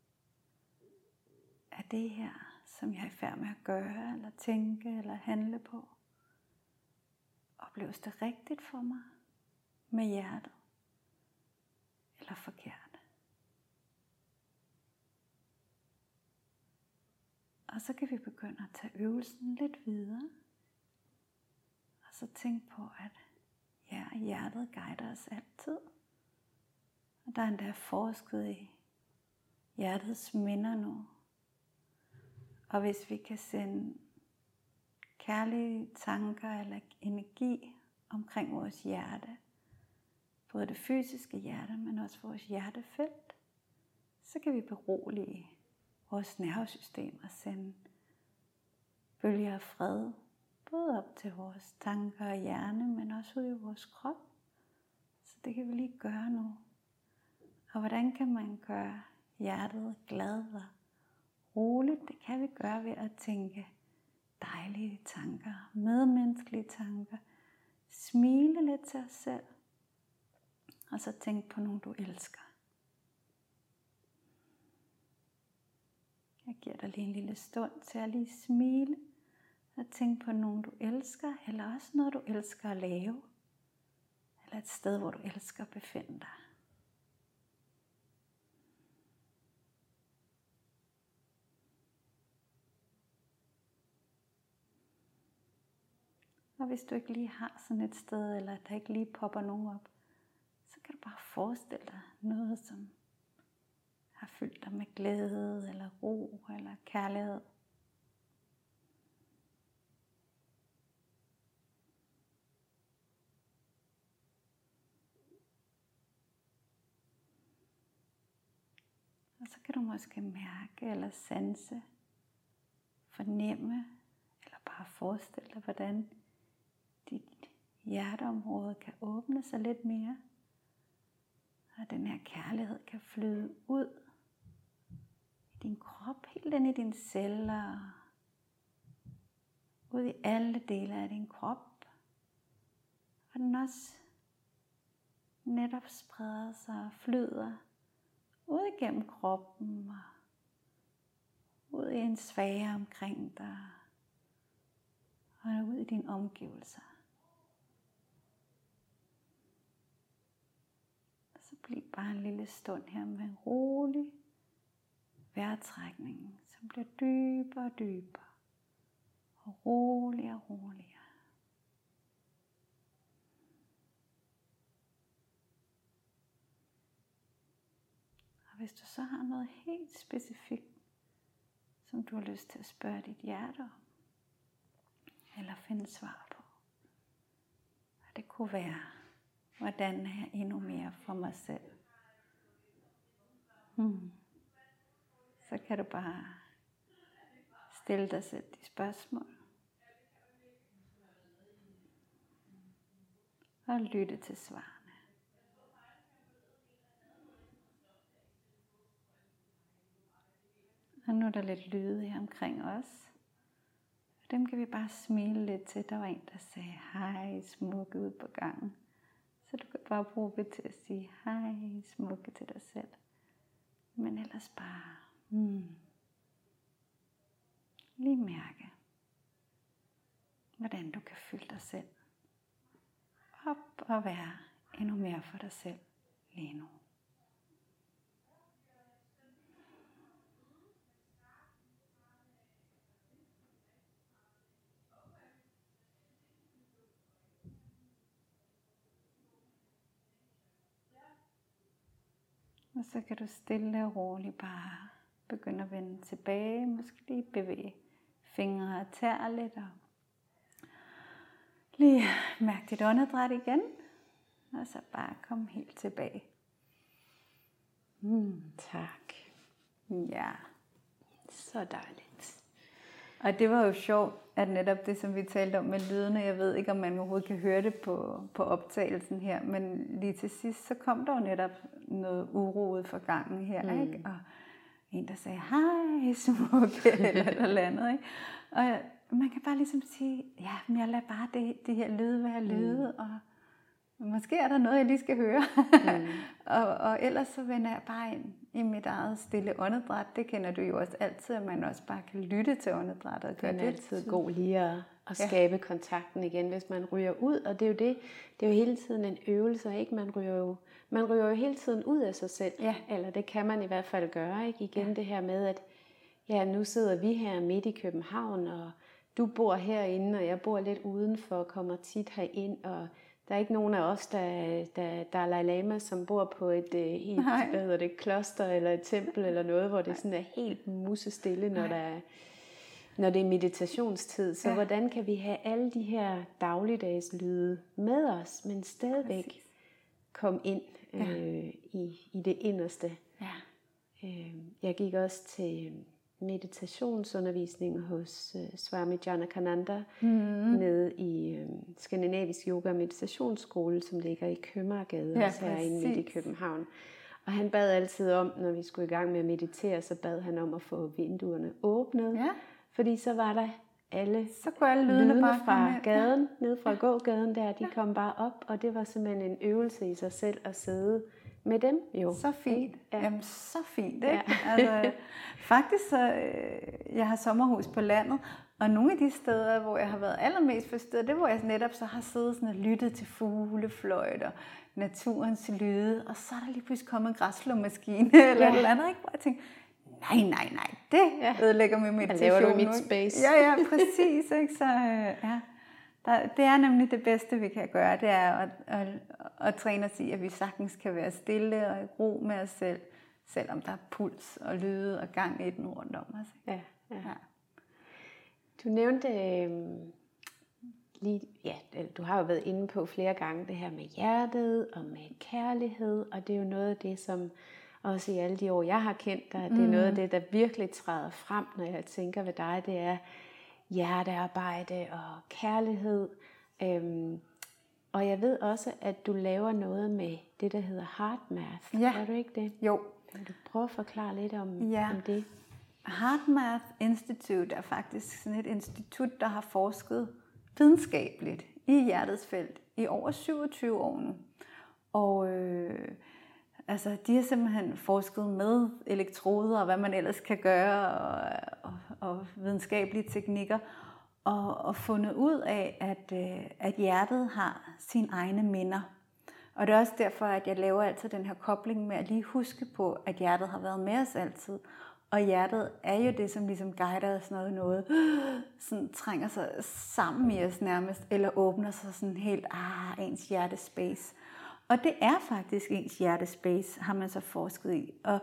Er det her, som jeg er i færd med at gøre, eller tænke, eller handle på? Opleves det rigtigt for mig med hjertet? Eller forkert? Og så kan vi begynde at tage øvelsen lidt videre. Og så tænke på, at ja, hjertet guider os altid. Og der er endda forsket i hjertets minder nu. Og hvis vi kan sende kærlige tanker eller energi omkring vores hjerte, både det fysiske hjerte, men også vores hjertefelt, så kan vi berolige vores nervesystem og sende bølger af fred, både op til vores tanker og hjerne, men også ud i vores krop. Så det kan vi lige gøre nu. Og hvordan kan man gøre hjertet glad og roligt? Det kan vi gøre ved at tænke dejlige tanker, medmenneskelige tanker. Smile lidt til os selv. Og så tænk på nogen, du elsker. Jeg giver dig lige en lille stund til at lige smile. Og tænk på nogen, du elsker, eller også noget, du elsker at lave. Eller et sted, hvor du elsker at befinde dig. Og hvis du ikke lige har sådan et sted, eller der ikke lige popper nogen op, så kan du bare forestille dig noget, som har fyldt dig med glæde, eller ro, eller kærlighed. Og så kan du måske mærke, eller sanse, fornemme, eller bare forestille dig, hvordan dit hjerteområde kan åbne sig lidt mere. Og den her kærlighed kan flyde ud i din krop, helt ind i dine celler. Ud i alle dele af din krop. Og den også netop spreder sig og flyder ud igennem kroppen og ud i en sfære omkring dig. Og ud i dine omgivelser. Så bliv bare en lille stund her med en rolig vejrtrækning, som bliver dybere og dybere. Og roligere og roligere. Og hvis du så har noget helt specifikt, som du har lyst til at spørge dit hjerte om, eller finde svar på. Og det kunne være, hvordan er jeg endnu mere for mig selv? Hmm. Så kan du bare stille dig selv de spørgsmål. Og lytte til svarene. Og nu er der lidt lyde her omkring os. Dem kan vi bare smile lidt til. Der var en, der sagde hej smukke ud på gangen. Så du kan bare bruge det til at sige hej smukke til dig selv. Men ellers bare hmm, lige mærke, hvordan du kan fylde dig selv op og være endnu mere for dig selv lige nu. Og så kan du stille og roligt bare begynde at vende tilbage. Måske lige bevæge fingre og tæer lidt og Lige mærk dit åndedræt igen, og så bare kom helt tilbage. Mm, tak. Ja. Så dejligt. Og det var jo sjovt, at netop det, som vi talte om med lydene, jeg ved ikke, om man overhovedet kan høre det på, på optagelsen her, men lige til sidst, så kom der jo netop noget uro ud for gangen her, mm. ikke? Og en, der sagde, hej, smukke, eller et eller andet, ikke? Og man kan bare ligesom sige, ja, men jeg lader bare det, det her lyde være lyde, mm. og måske er der noget, jeg lige skal høre. Mm. og, og ellers så vender jeg bare ind i mit eget stille åndedræt. Det kender du jo også altid, at man også bare kan lytte til åndedrættet og gøre det. Det er altid god lige at, at skabe ja. kontakten igen, hvis man ryger ud. Og det er jo det, det er jo hele tiden en øvelse, ikke? Man ryger jo, man ryger jo hele tiden ud af sig selv. Ja. Eller det kan man i hvert fald gøre, ikke? Igen ja. det her med, at ja, nu sidder vi her midt i København, og du bor herinde, og jeg bor lidt udenfor og kommer tit herind, og der er ikke nogen af os, der, der, der er Dalai Lama, som bor på et, et, hvad hedder det, kloster eller et tempel eller noget, hvor det sådan er helt musestille, når, der er, når det er meditationstid. Så ja. hvordan kan vi have alle de her dagligdags lyde med os, men stadigvæk Præcis. komme ind øh, ja. i, i det inderste? Ja. Øh, jeg gik også til meditationsundervisning hos uh, Swami Janakananda mm. nede i uh, Skandinavisk Yoga og Meditationsskole, som ligger i Købmagergade, ja, herinde midt i København. Og han bad altid om, når vi skulle i gang med at meditere, så bad han om at få vinduerne åbnet, ja. fordi så var der alle, så kunne alle lydene, lydene bare fra gaden, ja. ned fra ja. gågaden der, de ja. kom bare op, og det var simpelthen en øvelse i sig selv at sidde med dem, jo. Så fint. Ja. Jamen, så fint, ikke? Ja. Altså, faktisk så, øh, jeg har sommerhus på landet, og nogle af de steder, hvor jeg har været allermest forstået, det hvor jeg netop så har siddet sådan og lyttet til fuglefløjt og naturens lyde, og så er der lige pludselig kommet en græsslåmaskine eller ja. et eller andet, ikke? Hvor jeg tænker, nej, nej, nej, det ja. ødelægger min meditation. Jeg laver du mit space. Ja, ja, præcis, ikke? Så øh, ja. Der, det er nemlig det bedste, vi kan gøre, det er at, at, at træne os i, at vi sagtens kan være stille og i ro med os selv, selvom der er puls og lyde og gang i den rundt om os. Ja, ja. Ja. Du nævnte øh, lige, ja, du har jo været inde på flere gange det her med hjertet og med kærlighed, og det er jo noget af det, som også i alle de år, jeg har kendt dig, det er mm. noget af det, der virkelig træder frem, når jeg tænker ved dig, det er hjertearbejde og kærlighed. Øhm, og jeg ved også, at du laver noget med det, der hedder HeartMath. Ja. Er du ikke det? Jo. Vil du prøve at forklare lidt om, ja. om det? HeartMath Institute er faktisk sådan et institut, der har forsket videnskabeligt i hjertets felt i over syvogtyve år nu. Og øh, altså, de har simpelthen forsket med elektroder og hvad man ellers kan gøre og, og, og videnskabelige teknikker og, og fundet ud af, at, at hjertet har sine egne minder. Og det er også derfor, at jeg laver altid den her kobling med at lige huske på, at hjertet har været med os altid. Og hjertet er jo det, som ligesom guider os noget, noget sådan trænger sig sammen i os nærmest, eller åbner sig sådan helt, ah, ens hjertespace. Og det er faktisk ens hjertespace, har man så forsket i. Og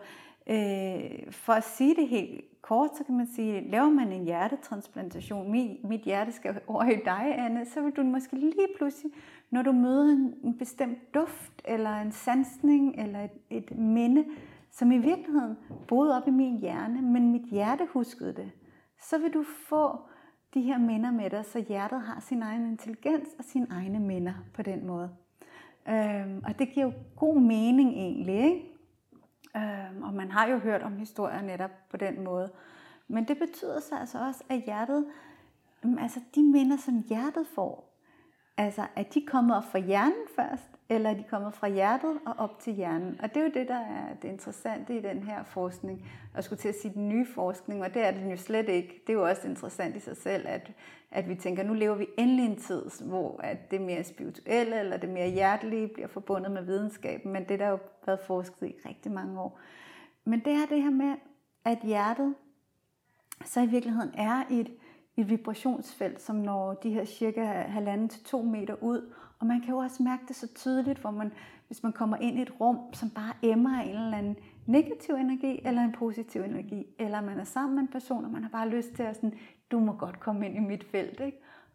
øh, for at sige det helt kort, så kan man sige, laver man en hjertetransplantation, mit, mit hjerte skal over i dig, Anne, så vil du måske lige pludselig, når du møder en, en bestemt duft, eller en sansning, eller et, et minde, som i virkeligheden boede op i min hjerne, men mit hjerte huskede det, så vil du få de her minder med dig, så hjertet har sin egen intelligens og sine egne minder på den måde. Øhm, og det giver jo god mening egentlig, ikke? Øhm, og man har jo hørt om historier netop på den måde. Men det betyder så altså også, at hjertet, altså de minder, som hjertet får, altså er de kommet op fra hjernen først, eller er de kommet fra hjertet og op til hjernen? Og det er jo det, der er det interessante i den her forskning. Jeg skulle til at sige den nye forskning, og det er det jo slet ikke. Det er jo også interessant i sig selv, at, at vi tænker, nu lever vi endelig en tid, hvor at det mere spirituelle eller det mere hjertelige bliver forbundet med videnskaben. Men det er der jo været forsket i rigtig mange år. Men det er det her med, at hjertet så i virkeligheden er et, et vibrationsfelt, som når de her cirka halvanden til to meter ud. Og man kan jo også mærke det så tydeligt, hvor man, hvis man kommer ind i et rum, som bare emmer af en eller anden negativ energi, eller en positiv energi, eller man er sammen med en person, og man har bare lyst til at sådan, du må godt komme ind i mit felt, ikke?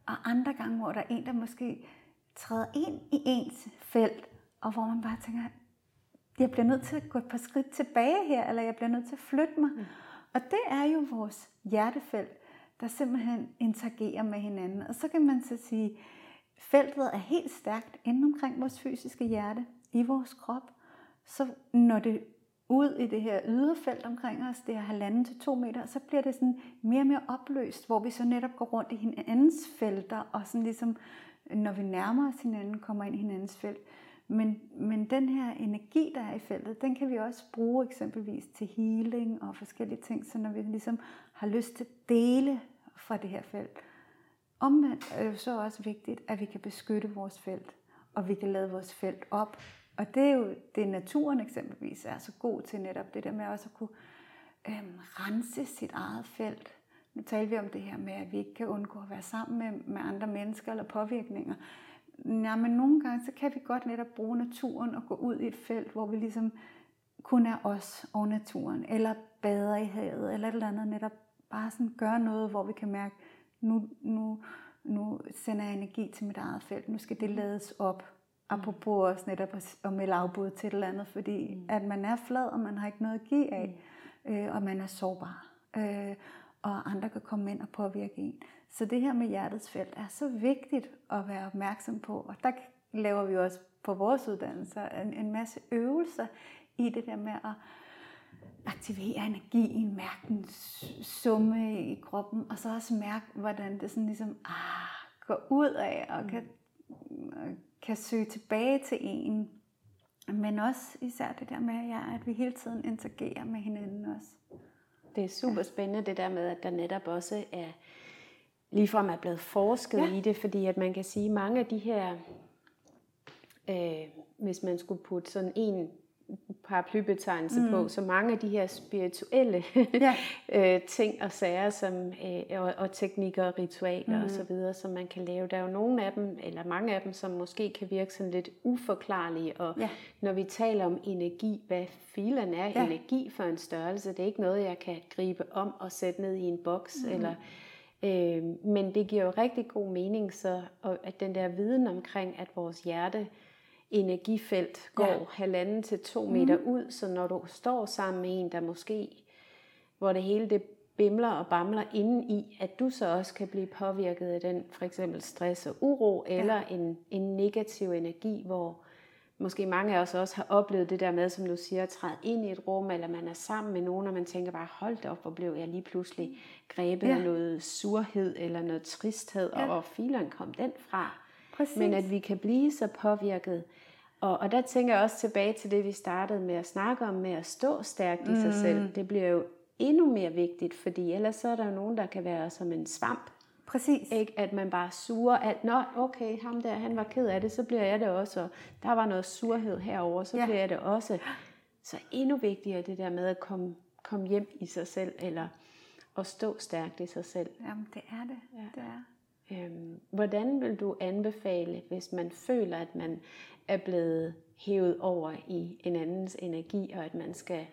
og andre gange, hvor der er en, der måske træder ind i ens felt, og hvor man bare tænker, jeg bliver nødt til at gå et par skridt tilbage her, eller jeg bliver nødt til at flytte mig. Mm. Og det er jo vores hjertefelt, der simpelthen interagerer med hinanden. Og så kan man så sige, feltet er helt stærkt inde omkring vores fysiske hjerte, i vores krop. Så når det ud i det her yderfelt omkring os, det er halvanden til to meter, så bliver det sådan mere og mere opløst, hvor vi så netop går rundt i hinandens felter, og sådan ligesom, når vi nærmer os hinanden, kommer ind i hinandens felt. Men, men den her energi, der er i feltet, den kan vi også bruge eksempelvis til healing og forskellige ting, så når vi ligesom har lyst til at dele fra det her felt. Omvendt er det så også vigtigt, at vi kan beskytte vores felt, og vi kan lade vores felt op. Og det er jo det, naturen eksempelvis er så god til netop, det der med også at kunne øhm, rense sit eget felt. Nu taler vi om det her med, at vi ikke kan undgå at være sammen med, med andre mennesker eller påvirkninger. Ja, men nogle gange, så kan vi godt netop bruge naturen og gå ud i et felt, hvor vi ligesom kun er os og naturen, eller bader i havet, eller et eller andet, netop bare sådan gøre noget, hvor vi kan mærke, nu, nu, nu sender jeg energi til mit eget felt, nu skal det lades op. Apropos også netop at melde afbud til et eller andet, fordi mm. at man er flad, og man har ikke noget at give af, mm. øh, og man er sårbar, øh, og andre kan komme ind og påvirke en. Så det her med hjertets felt er så vigtigt at være opmærksom på, og der laver vi også på vores uddannelser en, en masse øvelser i det der med at aktivere energien, mærke den summe i kroppen, og så også mærke, hvordan det sådan ligesom ah, går ud af og kan, kan søge tilbage til en. Men også især det der med, ja, at vi hele tiden interagerer med hinanden også. Det er super spændende det der med, at der netop også er ligefrem er blevet forsket ja. i det, fordi at man kan sige, mange af de her, øh, hvis man skulle putte sådan en paraplybetegnelse mm. på, så mange af de her spirituelle ja. øh, ting og sager, som, øh, og, og teknikker og ritualer mm. og så videre, som man kan lave. Der er jo nogle af dem, eller mange af dem, som måske kan virke sådan lidt uforklarlige, og ja. når vi taler om energi, hvad filen er ja. energi for en størrelse, det er ikke noget, jeg kan gribe om og sætte ned i en boks, mm. eller Øh, men det giver jo rigtig god mening, så og at den der viden omkring, at vores hjerte energifelt går ja. halvanden til to meter mm. ud, så når du står sammen med en, der måske, hvor det hele det bimler og bamler inde i, at du så også kan blive påvirket af den, for eksempel stress og uro, eller ja. en, en negativ energi, hvor måske mange af os også har oplevet det der med, som du siger, at træde ind i et rum, eller man er sammen med nogen, og man tænker bare, hold da op, hvor blev jeg lige pludselig grebet ja. af noget surhed, eller noget tristhed, ja. og hvor fileren kom den fra. Præcis. Men at vi kan blive så påvirket. Og, og der tænker jeg også tilbage til det, vi startede med at snakke om, med at stå stærkt i mm. sig selv. Det bliver jo endnu mere vigtigt, fordi ellers så er der jo nogen, der kan være som en svamp. Præcis. Ikke at man bare suger alt. Nå, okay, ham der, han var ked af det, så bliver jeg det også. Og der var noget surhed herover, så ja. bliver jeg det også. Så endnu vigtigere det der med at komme, komme hjem i sig selv, eller at stå stærkt i sig selv. Jamen, det er det. Ja. det er. Øhm, hvordan vil du anbefale, hvis man føler, at man er blevet hævet over i en andens energi, og at man skal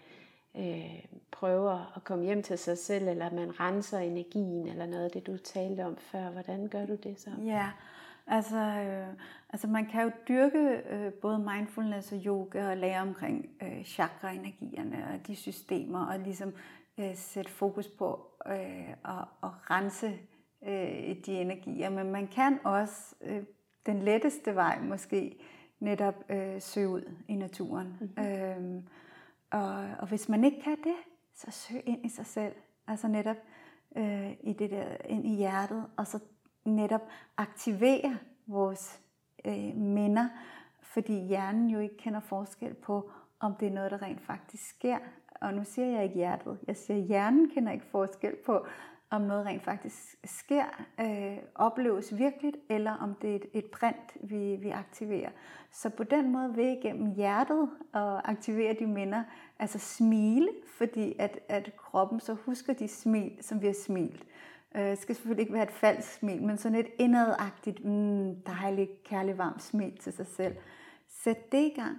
øh, prøve at komme hjem til sig selv, eller at man renser energien, eller noget af det, du talte om før. Hvordan gør du det så? Ja, altså, øh, altså man kan jo dyrke øh, både mindfulness og yoga, og lære omkring øh, chakra-energierne og de systemer, og ligesom øh, sætte fokus på øh, at, at rense øh, de energier. Men man kan også, øh, den letteste vej måske, netop øh, søge ud i naturen. Mm-hmm. Øh, og, og hvis man ikke kan det, så søg ind i sig selv. Altså netop øh, i det der, ind i hjertet, og så netop aktivere vores øh, minder, fordi hjernen jo ikke kender forskel på, om det er noget, der rent faktisk sker. Og nu siger jeg ikke hjertet, jeg siger hjernen kender ikke forskel på, om noget rent faktisk sker, øh, opleves virkeligt, eller om det er et, et print, vi, vi aktiverer. Så på den måde vil igennem hjertet og aktivere de minder, altså smile, fordi at, at kroppen så husker de smil, som vi har smilt. Øh, det skal selvfølgelig ikke være et falsk smil, men sådan et indadagtigt, mm, dejligt, kærligt, varmt smil til sig selv. Sæt det i gang.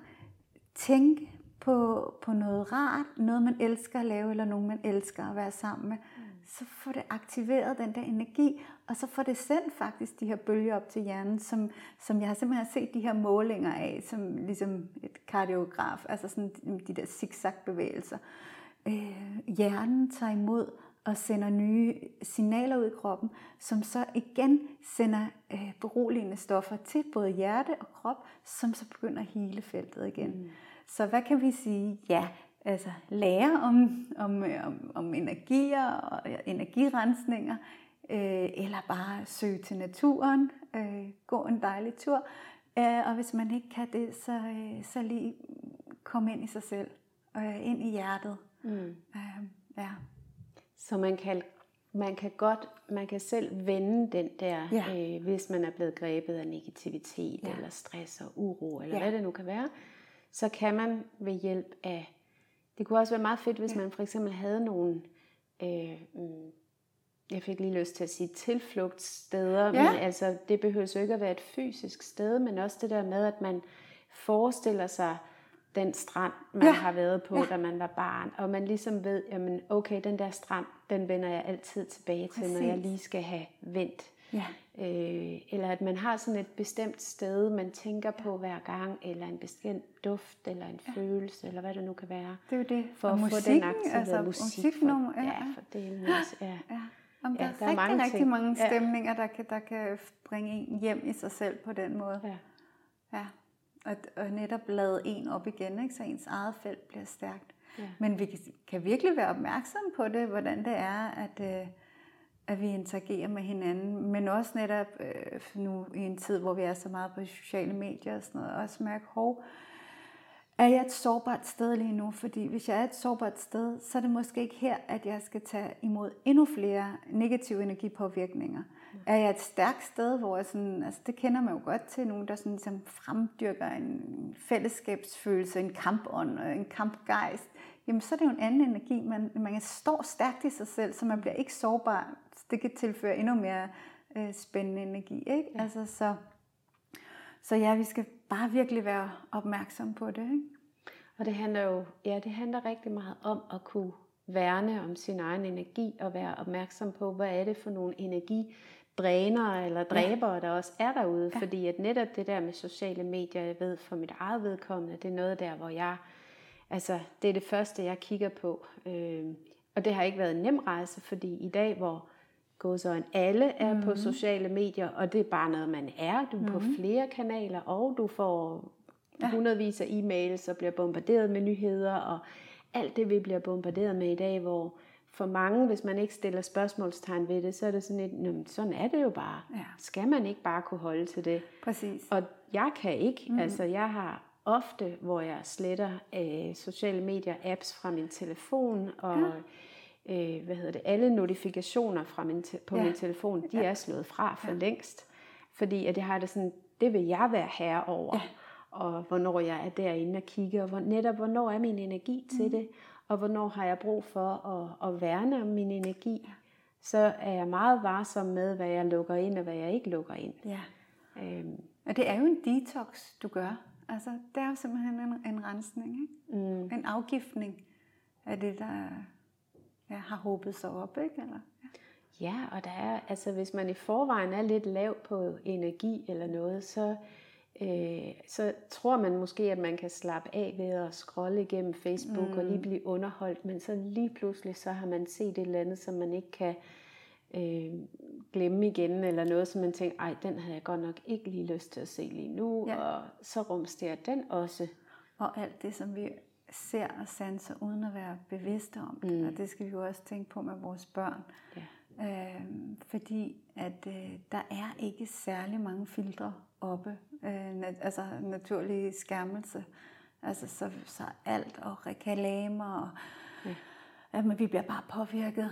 Tænk på, på noget rart, noget man elsker at lave, eller nogen man elsker at være sammen med. Mm. så får det aktiveret den der energi, og så får det sendt faktisk de her bølger op til hjernen, som, som jeg har simpelthen set de her målinger af, som ligesom et kardiograf, altså sådan de der zigzag-bevægelser. Øh, hjernen tager imod og sender nye signaler ud i kroppen, som så igen sender øh, beroligende stoffer til både hjerte og krop, som så begynder at hele feltet igen. Mm. Så hvad kan vi sige? Ja, altså lære om, om, om, om energier og energirensninger, øh, eller bare søge til naturen, øh, gå en dejlig tur. Øh, og hvis man ikke kan det, så, øh, så lige komme ind i sig selv, øh, ind i hjertet. Mm. Øh, ja. Så man kan, man kan godt, man kan selv vende den der, ja. øh, hvis man er blevet grebet af negativitet, ja. eller stress og uro, eller ja. hvad det nu kan være, så kan man ved hjælp af, det kunne også være meget fedt, hvis ja. man for eksempel havde nogle, øh, jeg fik lige lyst til at sige tilflugtssteder, ja. men altså det behøver jo ikke at være et fysisk sted, men også det der med, at man forestiller sig, den strand, man ja. har været på, ja. da man var barn, og man ligesom ved, jamen okay, den der strand, den vender jeg altid tilbage til, Præcis. når jeg lige skal have vendt. Ja. Øh, eller at man har sådan et bestemt sted, man tænker på hver gang, eller en bestemt duft, eller en ja. følelse, eller hvad det nu kan være. Det er jo det. For og at musikken, få den aktiveret altså, musik. Musiknummer, ja, ja, for det er ja. ja. ja. Om der, ja, er der er rigtig, mange rigtig ting. mange stemninger, der kan, der kan bringe en hjem i sig selv på den måde. Ja. ja. Og, og netop lade en op igen, ikke? Så ens eget felt bliver stærkt. Ja. Men vi kan, kan virkelig være opmærksomme på det, hvordan det er, at, øh, at vi interagerer med hinanden. Men også netop øh, nu i en tid, hvor vi er så meget på sociale medier og sådan noget, også mærke, hov, er jeg et sårbart sted lige nu? Fordi hvis jeg er et sårbart sted, så er det måske ikke her, at jeg skal tage imod endnu flere negative energipåvirkninger. Er jeg et stærkt sted, hvor jeg sådan, altså det kender man jo godt til, nogen der sådan ligesom fremdyrker en fællesskabsfølelse, en kampånd og en kampgejst, jamen så er det jo en anden energi. Man, man står stærkt i sig selv, så man bliver ikke sårbar. Det kan tilføre endnu mere øh, spændende energi, ikke? Ja. Altså så, så ja, vi skal bare virkelig være opmærksom på det, ikke? Og det handler jo, ja, det handler rigtig meget om at kunne værne om sin egen energi og være opmærksom på, hvad er det for nogle energidrænere eller dræbere, ja. der også er derude. Ja. Fordi at netop det der med sociale medier, jeg ved for mit eget vedkommende, det er noget der, hvor jeg, altså det er det første, jeg kigger på. Øh, og det har ikke været en nem rejse, fordi i dag, hvor gåsøjne alle er mm. på sociale medier, og det er bare noget, man er. Du er mm. på flere kanaler, og du får ja. hundredvis af e-mails og bliver bombarderet med nyheder, og alt det, vi bliver bombarderet med i dag, hvor for mange, hvis man ikke stiller spørgsmålstegn ved det, så er det sådan et, sådan er det jo bare. Ja. Skal man ikke bare kunne holde til det? Præcis. Og jeg kan ikke. Mm. Altså, jeg har ofte, hvor jeg sletter øh, sociale medier apps fra min telefon, og ja. øh, hvad hedder det, alle notifikationer fra min te- på ja. min telefon, de ja. er slået fra for ja. længst. Fordi at jeg har det sådan, det vil jeg være herre over. Ja. Og hvornår jeg er derinde og kigger, og hvor, netop hvornår er min energi til mm. det, og hvornår har jeg brug for at, at værne om min energi, ja. så er jeg meget varsom med, hvad jeg lukker ind, og hvad jeg ikke lukker ind. Ja. Øhm. Og det er jo en detox, du gør. Altså, det er jo simpelthen en, en rensning, ikke? Mm. En afgiftning af det, der ja, har håbet sig op, ikke? Eller, ja. ja, og der er, altså, hvis man i forvejen er lidt lav på energi eller noget, så Øh, så tror man måske, at man kan slappe af ved at scrolle igennem Facebook mm. og lige blive underholdt, men så lige pludselig så har man set et eller andet, som man ikke kan øh, glemme igen, eller noget, som man tænker, ej, den havde jeg godt nok ikke lige lyst til at se lige nu, ja. og så rumsterer den også. Og alt det, som vi ser og sanser, uden at være bevidste om det, mm. og det skal vi jo også tænke på med vores børn. Ja. Øh, fordi at øh, der er ikke særlig mange filtre oppe, øh, nat, altså naturlig skærmelse, altså så, så alt og reklamer, og ja. at man, vi bliver bare påvirket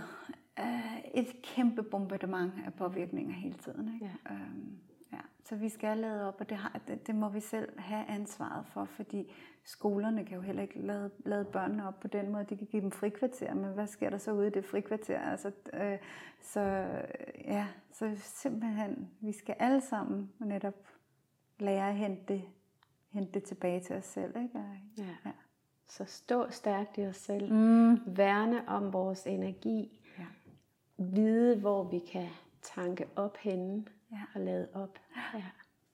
af et kæmpe bombardement af påvirkninger hele tiden, ikke? Ja. Øhm, ja. Så vi skal lade op, og det, har, det, det må vi selv have ansvaret for, fordi skolerne kan jo heller ikke lade, lade børnene op på den måde. De kan give dem frikvarter, men hvad sker der så ude i det frikvarter? Altså, øh, så ja, så simpelthen, vi skal alle sammen netop lære at hente det, hente det tilbage til os selv, ikke? Ja. Ja. Så stå stærkt i os selv. Mm. Værne om vores energi. Ja. vide, hvor vi kan tanke op henne Ja. og lade op. Ja.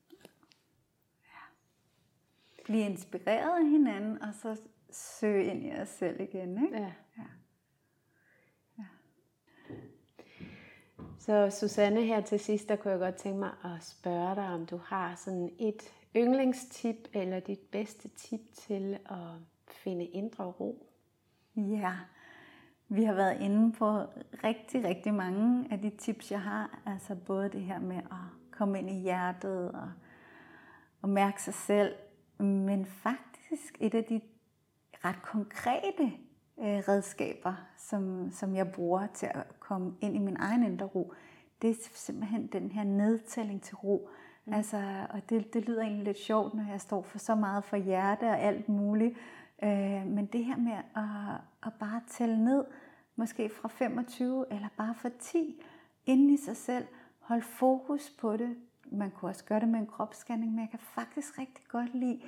Blive inspireret af hinanden, og så søge ind i os selv igen. Ikke? Ja. Ja. Så Susanne, her til sidst, der kunne jeg godt tænke mig at spørge dig, om du har sådan et yndlingstip, eller dit bedste tip til at finde indre ro. Ja, vi har været inde på rigtig, rigtig mange af de tips, jeg har. Altså både det her med at komme ind i hjertet og, og mærke sig selv. Men faktisk et af de ret konkrete øh, redskaber, som, som jeg bruger til at komme ind i min egen indre ro, det er simpelthen den her nedtælling til ro. Mm. Altså, og det, det lyder egentlig lidt sjovt, når jeg står for så meget for hjerte og alt muligt. Øh, men det her med at, at bare tælle ned, måske fra femogtyve eller bare fra ti, inde i sig selv, hold fokus på det. Man kunne også gøre det med en kropsscanning, men jeg kan faktisk rigtig godt lide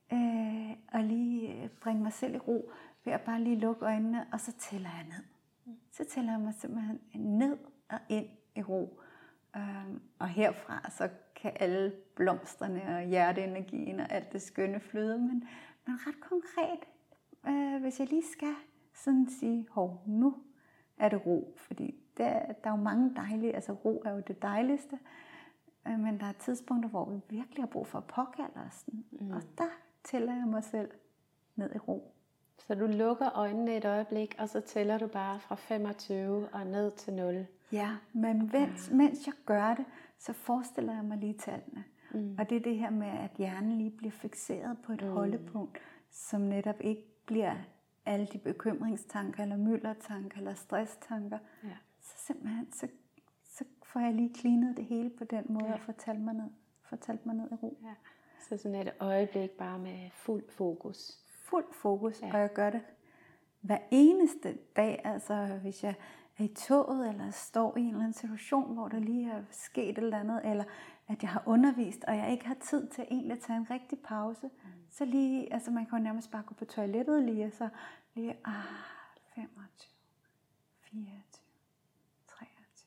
øh, at lige bringe mig selv i ro ved at bare lige lukke øjnene, og så tæller jeg ned. Så tæller jeg mig simpelthen ned og ind i ro. Um, og herfra så kan alle blomsterne og hjerteenergien og alt det skønne flyde, men, men ret konkret, øh, hvis jeg lige skal sådan sige, hov, nu er det ro, fordi der, der er jo mange dejlige, altså ro er jo det dejligste, øh, men der er tidspunkter, hvor vi virkelig har brug for at påkalde os den, mm. og der tæller jeg mig selv ned i ro. Så du lukker øjnene et øjeblik, og så tæller du bare fra femogtyve og ned til nul. Ja, men mens, mens jeg gør det, så forestiller jeg mig lige tallene. Mm. Og det er det her med, at hjernen lige bliver fikseret på et mm. holdepunkt, som netop ikke bliver alle de bekymringstanker, eller myldertanker, eller stresstanker. Ja. Så simpelthen, så, så får jeg lige cleanet det hele på den måde, ja. og fortalt mig ned, fortalt mig ned i ro. Ja. Så sådan et øjeblik bare med fuld fokus. Fuld fokus, ja. Ja. Og jeg gør det hver eneste dag, altså hvis jeg er i toget, eller står i en eller anden situation, hvor der lige er sket et eller andet, eller at jeg har undervist, og jeg ikke har tid til egentlig at tage en rigtig pause, mm. så lige, altså man kan jo nærmest bare gå på toilettet lige, og så lige, ah, femogtyve, fireogtyve, treogtyve.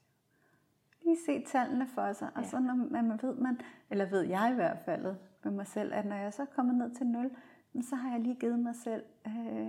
Lige se tallene for sig, ja. Og så når man ved, man, eller ved jeg i hvert fald med mig selv, at når jeg så er kommet ned til nul, så har jeg lige givet mig selv øh,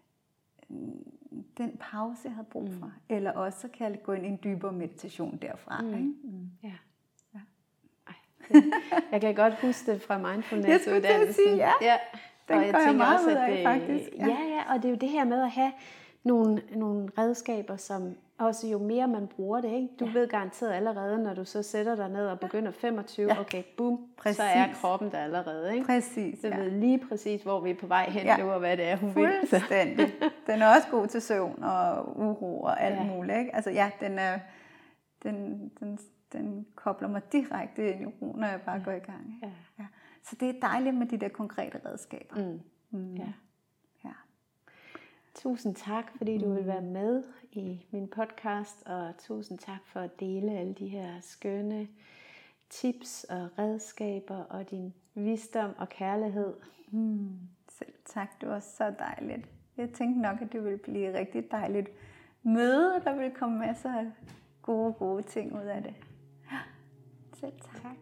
den pause, jeg havde brug for. Mm. Eller også så kan jeg gå ind i en dybere meditation derfra. Mm. Ikke? Mm. Ja. Ja. Ej, det, jeg kan godt huske det fra mindfulness-uddannelsen. Ja, ja. Den og jeg går jeg meget også, ud af, det, faktisk. Ja. ja, ja, og det er jo det her med at have nogle, nogle redskaber, som også jo mere man bruger det, ikke? Du ja. ved garanteret allerede, når du så sætter dig ned og begynder femogtyve, ja. okay, boom, præcis. Så er kroppen der allerede, ikke? Præcis, så ja. ved lige præcis, hvor vi er på vej hen ja. nu, og hvad det er, hun vil. Fuldstændig. Den er også god til søvn og uro og alt ja. muligt, ikke? Altså ja, den, er, den, den, den kobler mig direkte ind i ro, når jeg bare ja. går i gang. Ikke? Ja. Ja. Så det er dejligt med de der konkrete redskaber. Mm. Mm. Ja. Ja. Tusind tak, fordi du vil være med i min podcast, og tusind tak for at dele alle de her skønne tips og redskaber og din visdom og kærlighed. Mm. Selv tak, det var så dejligt. Jeg tænkte nok, at det ville blive et rigtig dejligt møde, der ville komme masser af gode, gode ting ud af det. Selv tak. tak.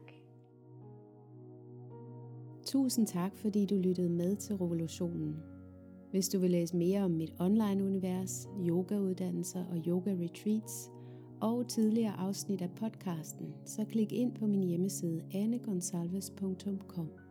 Tusind tak, fordi du lyttede med til Revolutionen. Hvis du vil læse mere om mit online-univers, yogauddannelser og yoga-retreats og tidligere afsnit af podcasten, så klik ind på min hjemmeside ane gonsalves punktum com.